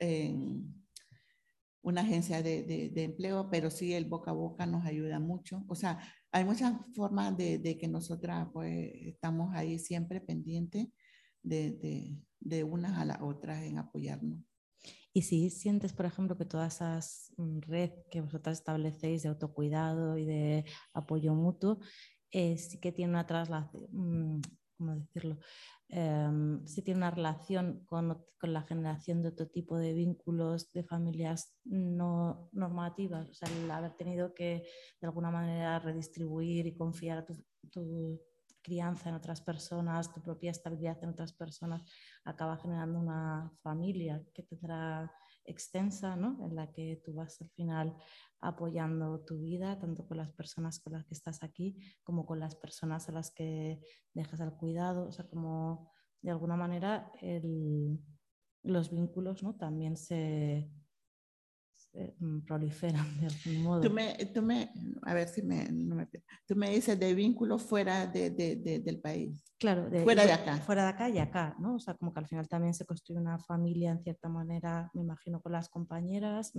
una agencia de empleo, pero sí el boca a boca nos ayuda mucho. O sea, hay muchas formas de que nosotras pues estamos ahí siempre pendientes de unas a las otras en apoyarnos. Y si sientes, por ejemplo, que todas esas red que vosotras establecéis de autocuidado y de apoyo mutuo, sí que tiene una traslación, ¿cómo decirlo? Sí tiene una relación con la generación de otro tipo de vínculos de familias no normativas, o sea, el haber tenido que de alguna manera redistribuir y confiar tu crianza en otras personas, tu propia estabilidad en otras personas, acaba generando una familia que tendrá extensa, ¿no? En la que tú vas al final apoyando tu vida, tanto con las personas con las que estás aquí como con las personas a las que dejas al cuidado, o sea, como de alguna manera los vínculos, ¿no? También se proliferan de algún modo. A ver si tú me dices de vínculos fuera del país. Claro, fuera de acá. Fuera de acá y acá, ¿no? O sea, como que al final también se construye una familia en cierta manera, me imagino, con las compañeras.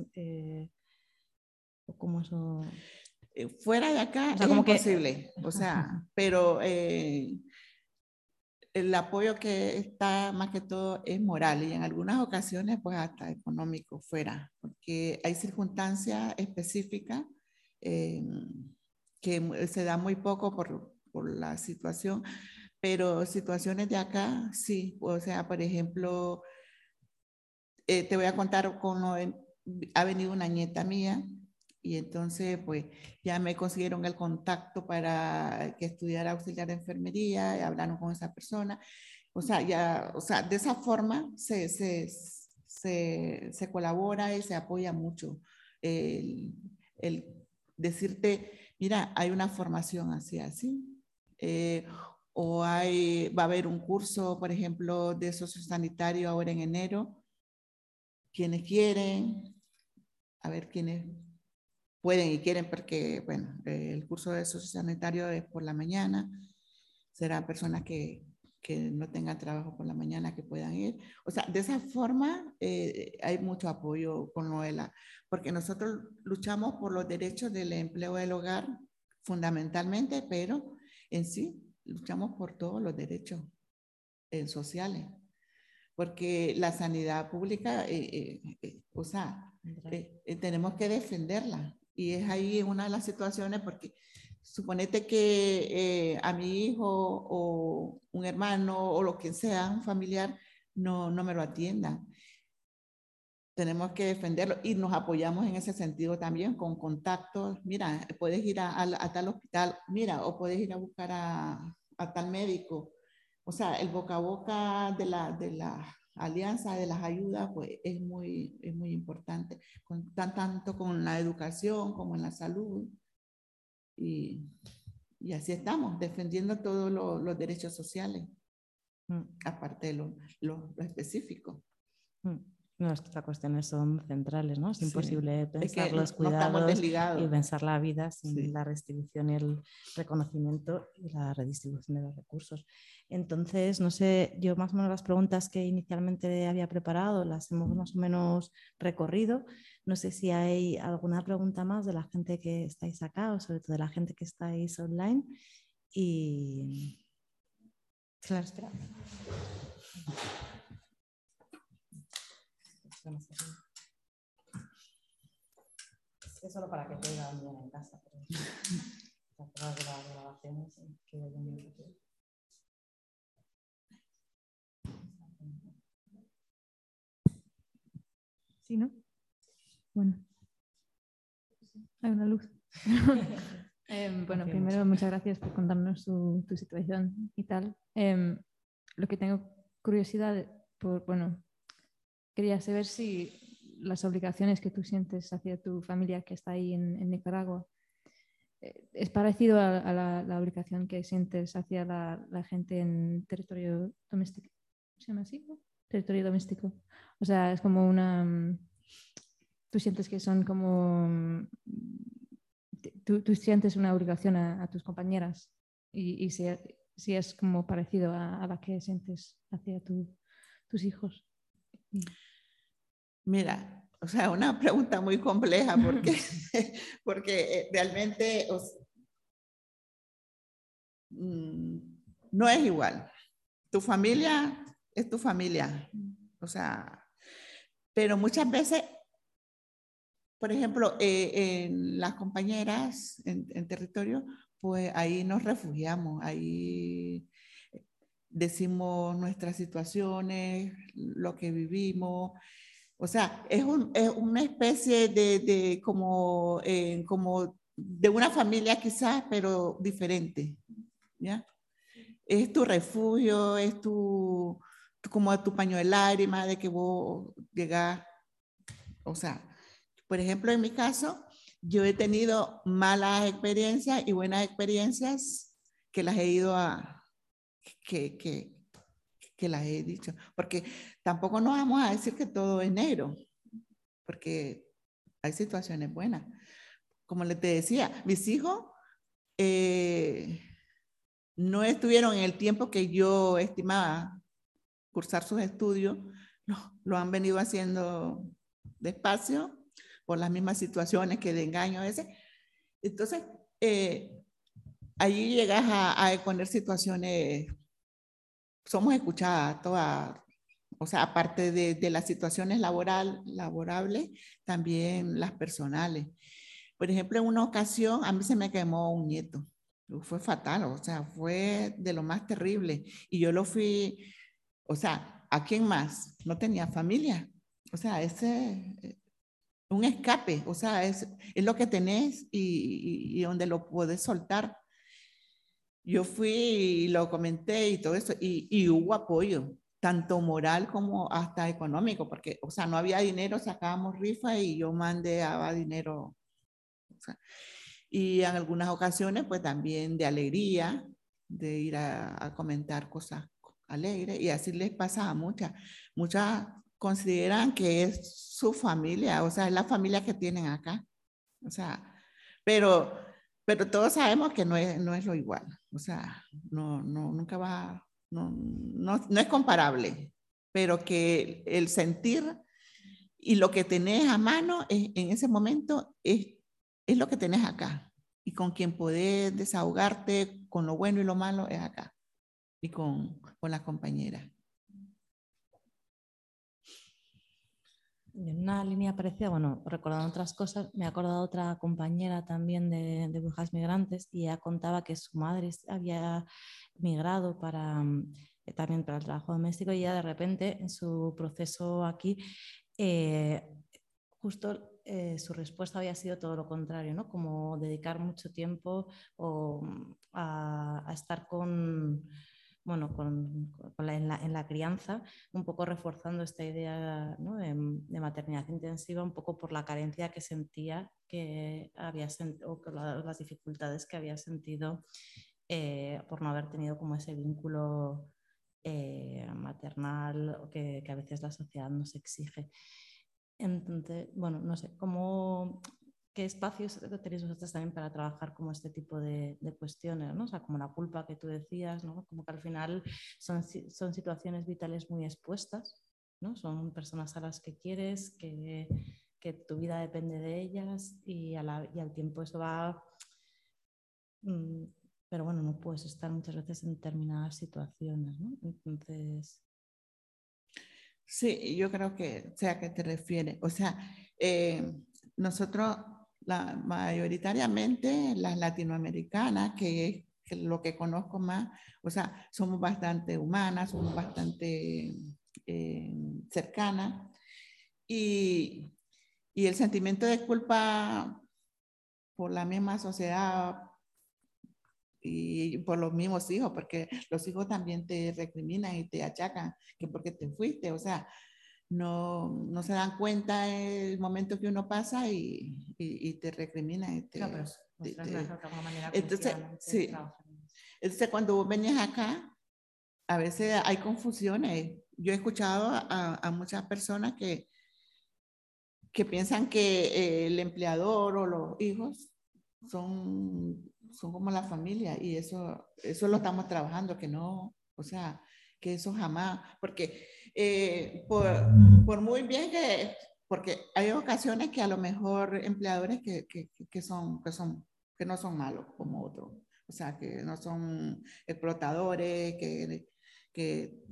¿Cómo eso? Fuera de acá, o sea, es como imposible. O sea, pero el apoyo que está más que todo es moral y en algunas ocasiones pues hasta económico fuera, porque hay circunstancias específicas que se da muy poco por la situación, pero situaciones de acá sí. O sea, por ejemplo, te voy a contar ha venido una nieta mía Y entonces, pues, ya me consiguieron el contacto para que estudiara auxiliar de enfermería, y hablaron con esa persona. O sea, ya, o sea, de esa forma se colabora y se apoya mucho. El decirte, mira, hay una formación así, así. O va a haber un curso, por ejemplo, de sociosanitario ahora en enero. Quienes quieren, a ver quiénes pueden y quieren, porque, bueno, el curso de sociosanitario es por la mañana. Serán personas que no tengan trabajo por la mañana que puedan ir. O sea, de esa forma hay mucho apoyo con Noela, porque nosotros luchamos por los derechos del empleo del hogar fundamentalmente, pero en sí luchamos por todos los derechos sociales, porque la sanidad pública, o sea, tenemos que defenderla. Y es ahí una de las situaciones, porque suponete que a mi hijo o un hermano o lo que sea, un familiar, no me lo atiendan. Tenemos que defenderlo y nos apoyamos en ese sentido también con contactos. Mira, puedes ir a tal hospital, mira, o puedes ir a buscar a tal médico. O sea, el boca a boca de la alianza, de las ayudas, pues es muy importante, tanto con la educación como en la salud. Y así estamos, defendiendo todos los derechos sociales, aparte de lo específico. No, estas cuestiones son centrales, ¿no? Es Sí. imposible pensar Es que los no cuidados estamos desligados. y pensar la vida sin Sí. la redistribución y el reconocimiento y la redistribución de los recursos. Entonces, no sé, yo más o menos las preguntas que inicialmente había preparado las hemos más o menos recorrido. No sé si hay alguna pregunta más de la gente que estáis acá o sobre todo de la gente que estáis online. Y claro, espera. Es solo para que te oigan bien en casa. Pero las grabaciones que Sí, ¿no? Bueno. Hay una luz. Bueno, primero, muchas gracias por contarnos tu situación y tal. Lo que tengo curiosidad bueno, quería saber si las obligaciones que tú sientes hacia tu familia que está ahí en Nicaragua es parecido a la obligación que sientes hacia la gente en territorio doméstico. ¿Se llama así? ¿No? Territorio doméstico. O sea, es como una... Tú sientes que son como... Tú sientes una obligación a tus compañeras y si es como parecido a la que sientes hacia tus hijos. Mira, o sea, una pregunta muy compleja porque realmente no es igual. Tu familia es tu familia, o sea, pero muchas veces, por ejemplo, en las compañeras en territorio, pues ahí nos refugiamos, ahí decimos nuestras situaciones, lo que vivimos. O sea, es una especie de como de una familia quizás, pero diferente, ¿ya? Es tu refugio, es como tu paño de lágrimas de que vos llegás. O sea, por ejemplo, en mi caso, yo he tenido malas experiencias y buenas experiencias que las he ido que las he dicho, porque tampoco nos vamos a decir que todo es negro, porque hay situaciones buenas. Como les te decía, mis hijos no estuvieron en el tiempo que yo estimaba cursar sus estudios, lo han venido haciendo despacio por las mismas situaciones que de engaño a veces. Entonces, allí llegas a exponer situaciones, somos escuchadas todas, o sea, aparte de las situaciones laborables, también las personales. Por ejemplo, en una ocasión a mí se me quemó un nieto. Fue fatal, o sea, fue de lo más terrible. Y yo lo fui, o sea, ¿a quién más? No tenía familia. O sea, un escape, o sea, es lo que tenés y donde lo podés soltar. Yo fui y lo comenté y todo eso, y hubo apoyo, tanto moral como hasta económico, porque, o sea, no había dinero, sacábamos rifa y yo mandaba dinero. O sea, y en algunas ocasiones, pues también de alegría, de ir a comentar cosas alegres, y así les pasa a muchas. Muchas consideran que es su familia, o sea, es la familia que tienen acá. O sea, pero, pero todos sabemos que no es lo igual. O sea, nunca va, no es comparable, pero que el sentir y lo que tenés a mano en ese momento es lo que tenés acá. Y con quien podés desahogarte con lo bueno y lo malo es acá. Y con las compañeras. En una línea parecida, bueno, recordando otras cosas, me he acordado de otra compañera también de Brujas Migrantes, y ella contaba que su madre había migrado también para el trabajo doméstico, y ella de repente en su proceso aquí, justo su respuesta había sido todo lo contrario, ¿no? Como dedicar mucho tiempo a estar bueno, en la crianza, un poco reforzando esta idea, ¿no? de maternidad intensiva, un poco por la carencia que sentía que había o por las dificultades que había sentido por no haber tenido como ese vínculo maternal que a veces la sociedad nos exige. Entonces, bueno, no sé, ¿qué espacios tenéis vosotros también para trabajar como este tipo de cuestiones, ¿no? O sea, como la culpa que tú decías, ¿no? Como que al final son situaciones vitales muy expuestas, ¿no? Son personas a las que quieres, que tu vida depende de ellas, y al tiempo eso va... pero bueno, no puedes estar muchas veces en determinadas situaciones, ¿no? Entonces... Sí, yo creo que sea a qué te refieres. O sea, nosotros, mayoritariamente las latinoamericanas, que es lo que conozco más, o sea, somos bastante humanas, somos bastante cercanas, y el sentimiento de culpa por la misma sociedad y por los mismos hijos, porque los hijos también te recriminan y te achacan que porque te fuiste, o sea, no se dan cuenta el momento que uno pasa y te recrimina. Y te, Claro, pero de alguna manera entonces, sí. Entonces, cuando vos venías acá, a veces hay confusiones. Yo he escuchado a muchas personas que piensan que el empleador o los hijos son como la familia, y eso lo estamos trabajando, que no, o sea, que eso jamás, porque por muy bien porque hay ocasiones que a lo mejor empleadores que no son malos como otros, o sea, que no son explotadores, que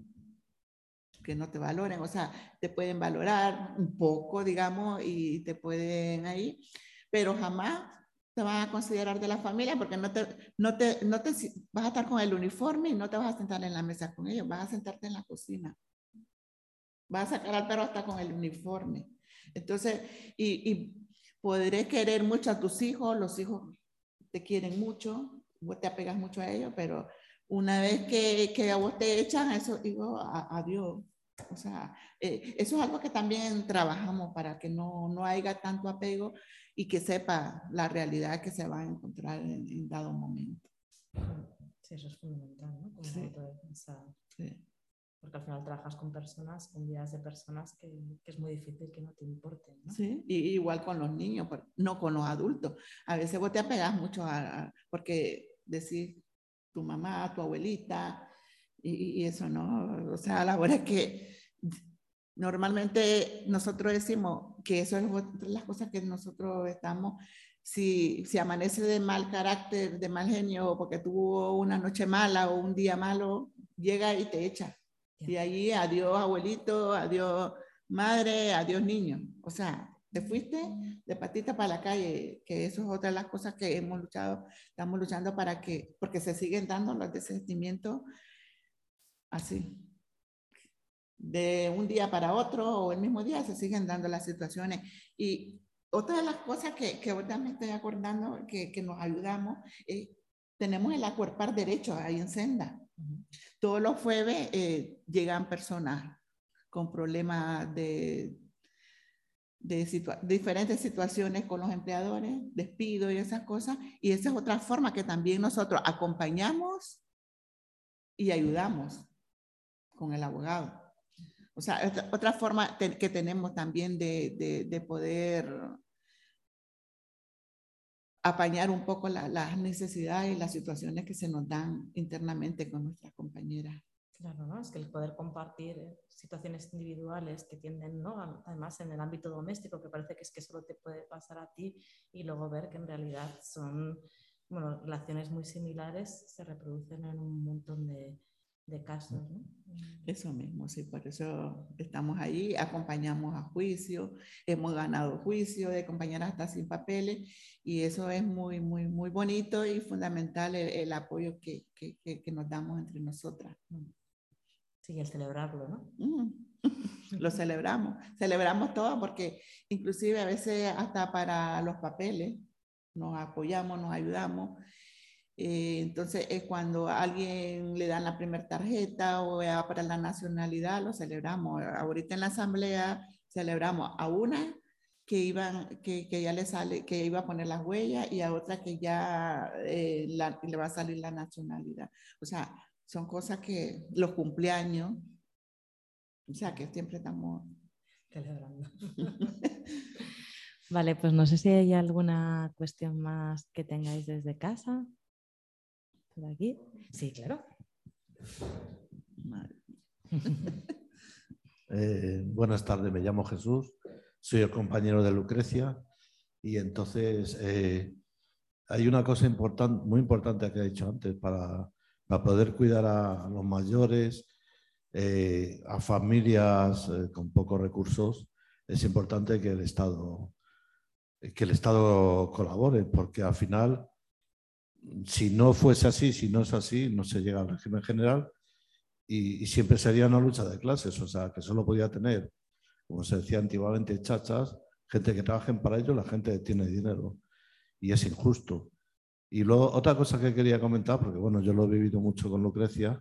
no te valoren, o sea, te pueden valorar un poco, digamos, y te pueden ahí, pero jamás te van a considerar de la familia, porque no te vas a estar con el uniforme y no te vas a sentar en la mesa con ellos, vas a sentarte en la cocina. Vas a sacar al perro hasta con el uniforme. Entonces, y podré querer mucho a tus hijos, los hijos te quieren mucho, vos te apegas mucho a ellos, pero una vez que a vos te echan, eso digo, adiós. O sea, eso es algo que también trabajamos para que no haya tanto apego y que sepa la realidad que se va a encontrar en dado momento. Sí, eso es fundamental, ¿no? Como sí. autodefensa. Sí. Porque al final trabajas con personas, con vidas de personas que es muy difícil que no te importen, ¿no? Sí, y igual con los niños, no con los adultos. A veces vos te apegas mucho porque decís tu mamá, tu abuelita, y eso no. O sea, a la hora que normalmente nosotros decimos que eso es las cosas que nosotros estamos, si amanece de mal carácter, de mal genio, porque tuvo una noche mala o un día malo, llega y te echa. Y allí, adiós abuelito, adiós madre, adiós niño. O sea, te fuiste de patita para la calle, que eso es otra de las cosas que hemos luchado, estamos luchando porque se siguen dando los desentimientos así. De un día para otro o el mismo día se siguen dando las situaciones. Y otra de las cosas que ahorita me estoy acordando que nos ayudamos, tenemos el acuerpar derecho ahí en Senda. Todos los jueves llegan personas con problemas de diferentes situaciones con los empleadores, despido y esas cosas, y esa es otra forma que también nosotros acompañamos y ayudamos con el abogado. O sea, otra forma que tenemos también de poder apañar un poco las necesidades y las situaciones que se nos dan internamente con nuestras compañeras. Claro, ¿no? Es que el poder compartir situaciones individuales que tienden, ¿no? Además en el ámbito doméstico, que parece que es que solo te puede pasar a ti, y luego ver que en realidad son, bueno, relaciones muy similares, se reproducen en un montón de casos, ¿no? Eso mismo, sí, por eso estamos ahí, acompañamos a juicio, hemos ganado juicio de compañeras hasta sin papeles, y eso es muy, muy, muy bonito y fundamental el apoyo que nos damos entre nosotras. Sí, el celebrarlo, ¿no? Lo celebramos todo, porque inclusive a veces hasta para los papeles nos apoyamos, nos ayudamos. Entonces, cuando a alguien le dan la primera tarjeta o para la nacionalidad, lo celebramos. Ahorita en la asamblea celebramos a una que ya le sale, que iba a poner las huellas, y a otra que ya le va a salir la nacionalidad. O sea, son cosas que los cumpleaños, o sea, que siempre estamos celebrando. Vale, pues no sé si hay alguna cuestión más que tengáis desde casa. ¿Por aquí? Sí, claro. Buenas tardes, me llamo Jesús, soy el compañero de Lucrecia, y entonces hay una cosa muy importante que he dicho antes: para poder cuidar a los mayores, a familias con pocos recursos, es importante que el Estado colabore, porque al final, si no fuese así, si no es así, no se llega al régimen general, y siempre sería una lucha de clases. O sea, que solo podía tener, como se decía antiguamente, chachas, gente que trabajen para ello, la gente que tiene dinero, y es injusto. Y luego, otra cosa que quería comentar, porque bueno, yo lo he vivido mucho con Lucrecia,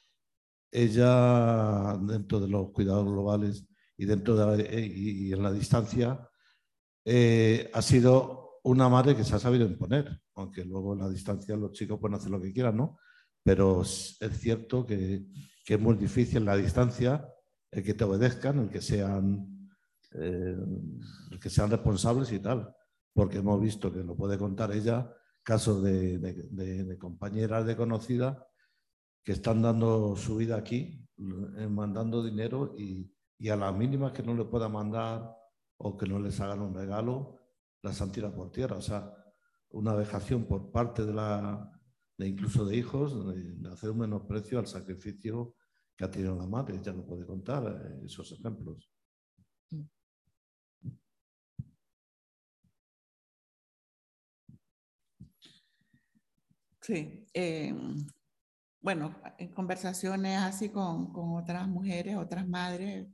ella, dentro de los cuidados globales y dentro de y en la distancia, ha sido una madre que se ha sabido imponer, aunque luego en la distancia los chicos pueden hacer lo que quieran, ¿no? Pero es cierto que es muy difícil en la distancia el que te obedezcan, el que sean responsables y tal, porque hemos visto, que lo puede contar ella, casos de compañeras, de conocidas, que están dando su vida aquí, mandando dinero, y a la mínima que no le pueda mandar o que no les hagan un regalo, las han tirado por tierra. O sea, una vejación por parte de incluso de hijos, de hacer un menosprecio al sacrificio que ha tenido la madre. Ya no puede contar esos ejemplos. Sí, bueno, en conversaciones así con otras mujeres, otras madres,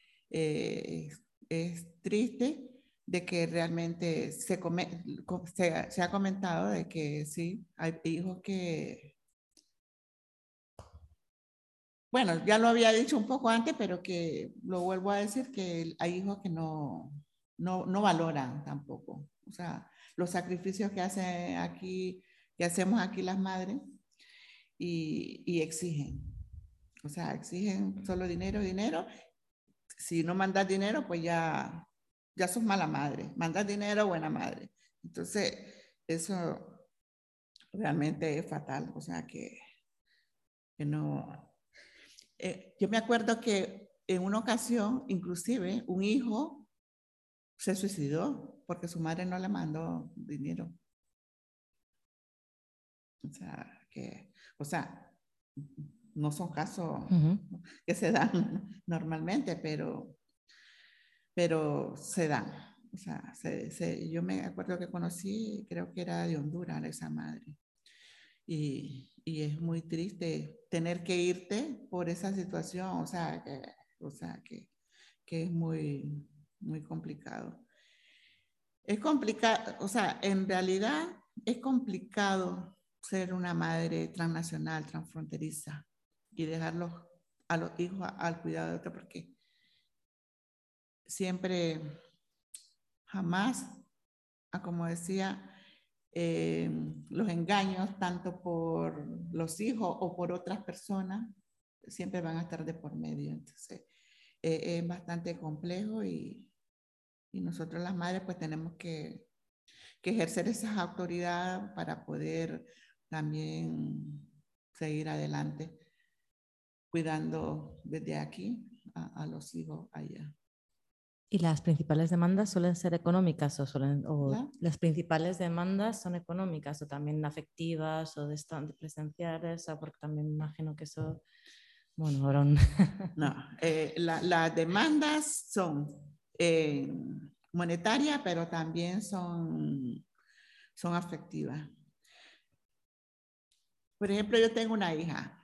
es triste de que realmente se ha comentado de que sí, hay hijos que, bueno, ya lo había dicho un poco antes, pero que lo vuelvo a decir, que hay hijos que no valoran tampoco. O sea, los sacrificios que hacemos aquí las madres, y exigen. O sea, exigen solo dinero, dinero. Si no mandas dinero, pues ya sos mala madre. Mandas dinero, buena madre. Entonces, eso realmente es fatal. O sea, que no. Yo me acuerdo que en una ocasión, inclusive, un hijo se suicidó porque su madre no le mandó dinero. O sea, no son casos que se dan normalmente, pero se dan. O sea, yo me acuerdo que conocí, creo que era de Honduras, esa madre. Y es muy triste tener que irte por esa situación. O sea, que es muy, muy complicado. Es complicado, o sea, en realidad es complicado ser una madre transnacional, transfronteriza y dejarlos a los hijos al cuidado de otro, porque siempre, jamás, como decía, los engaños, tanto por los hijos o por otras personas, siempre van a estar de por medio. Entonces, es bastante complejo y nosotros las madres pues tenemos que ejercer esas autoridades para poder también seguir adelante, cuidando desde aquí a los hijos allá. ¿Y las principales demandas suelen ser económicas o las principales demandas son económicas o también afectivas o de presenciales? Porque también me imagino que eso, bueno, ahora No, las demandas son monetarias, pero también son afectivas. Por ejemplo, yo tengo una hija,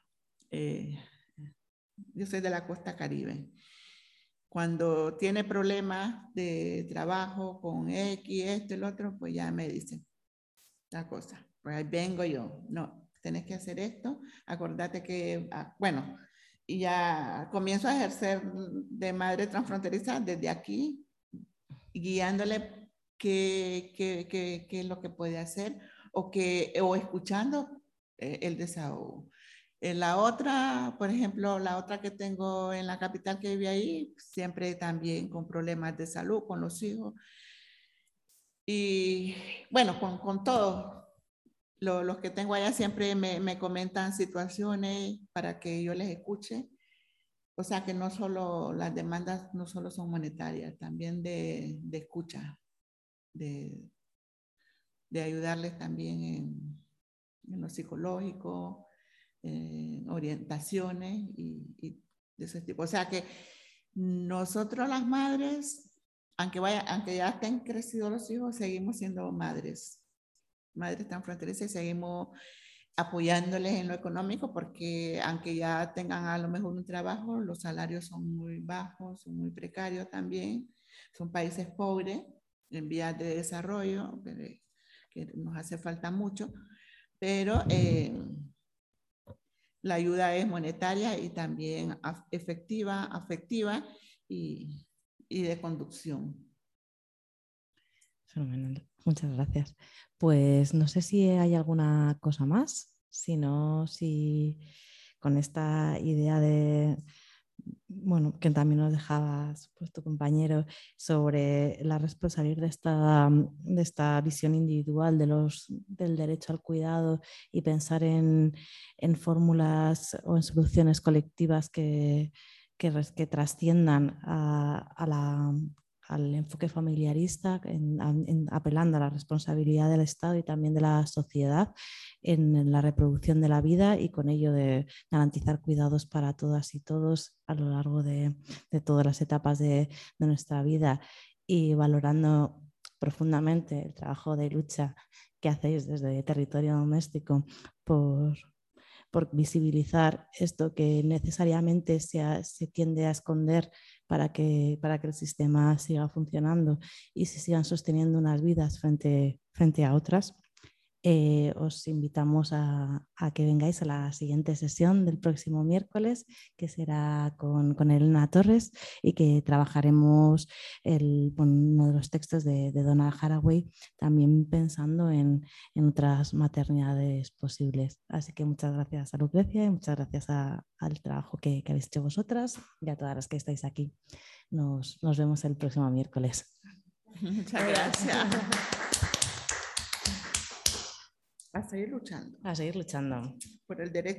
yo soy de la costa Caribe. Cuando tiene problemas de trabajo con X, esto y lo otro, pues ya me dicen la cosa. Pues ahí vengo yo. No, tenés que hacer esto. Acordate que, bueno, y ya comienzo a ejercer de madre transfronteriza desde aquí, guiándole qué es lo que puede hacer o escuchando el desahogo. La otra, por ejemplo, la otra que tengo en la capital que vive ahí, siempre también con problemas de salud, con los hijos. Y bueno, con todos los que tengo allá siempre me comentan situaciones para que yo les escuche. O sea que no solo las demandas no solo son monetarias, también de escucha, de ayudarles también en lo psicológico, orientaciones y de ese tipo. O sea que nosotros las madres, aunque ya estén crecidos los hijos, seguimos siendo madres transfronterizas y seguimos apoyándoles en lo económico, porque aunque ya tengan a lo mejor un trabajo, los salarios son muy bajos, son muy precarios también, son países pobres, en vías de desarrollo, que nos hace falta mucho, pero la ayuda es monetaria y también efectiva, afectiva y de conducción. Fenomenal. Muchas gracias. Pues no sé si hay alguna cosa más, sino si con esta idea de, bueno, que también nos dejabas pues, tu compañero sobre la responsabilidad de esta visión individual del derecho al cuidado y pensar en fórmulas o en soluciones colectivas que trasciendan al enfoque familiarista, apelando a la responsabilidad del Estado y también de la sociedad en la reproducción de la vida y con ello de garantizar cuidados para todas y todos a lo largo de todas las etapas de nuestra vida y valorando profundamente el trabajo de lucha que hacéis desde Territorio Doméstico por visibilizar esto que necesariamente se tiende a esconder para que el sistema siga funcionando y se sigan sosteniendo unas vidas frente a otras. Os invitamos a que vengáis a la siguiente sesión del próximo miércoles, que será con Elena Torres y que trabajaremos uno de los textos de Donna Haraway, también pensando en otras maternidades posibles. Así que muchas gracias a Lucrecia y muchas gracias al trabajo que habéis hecho vosotras y a todas las que estáis aquí. Nos vemos el próximo miércoles. Muchas gracias. A seguir luchando. A seguir luchando. Por el derecho.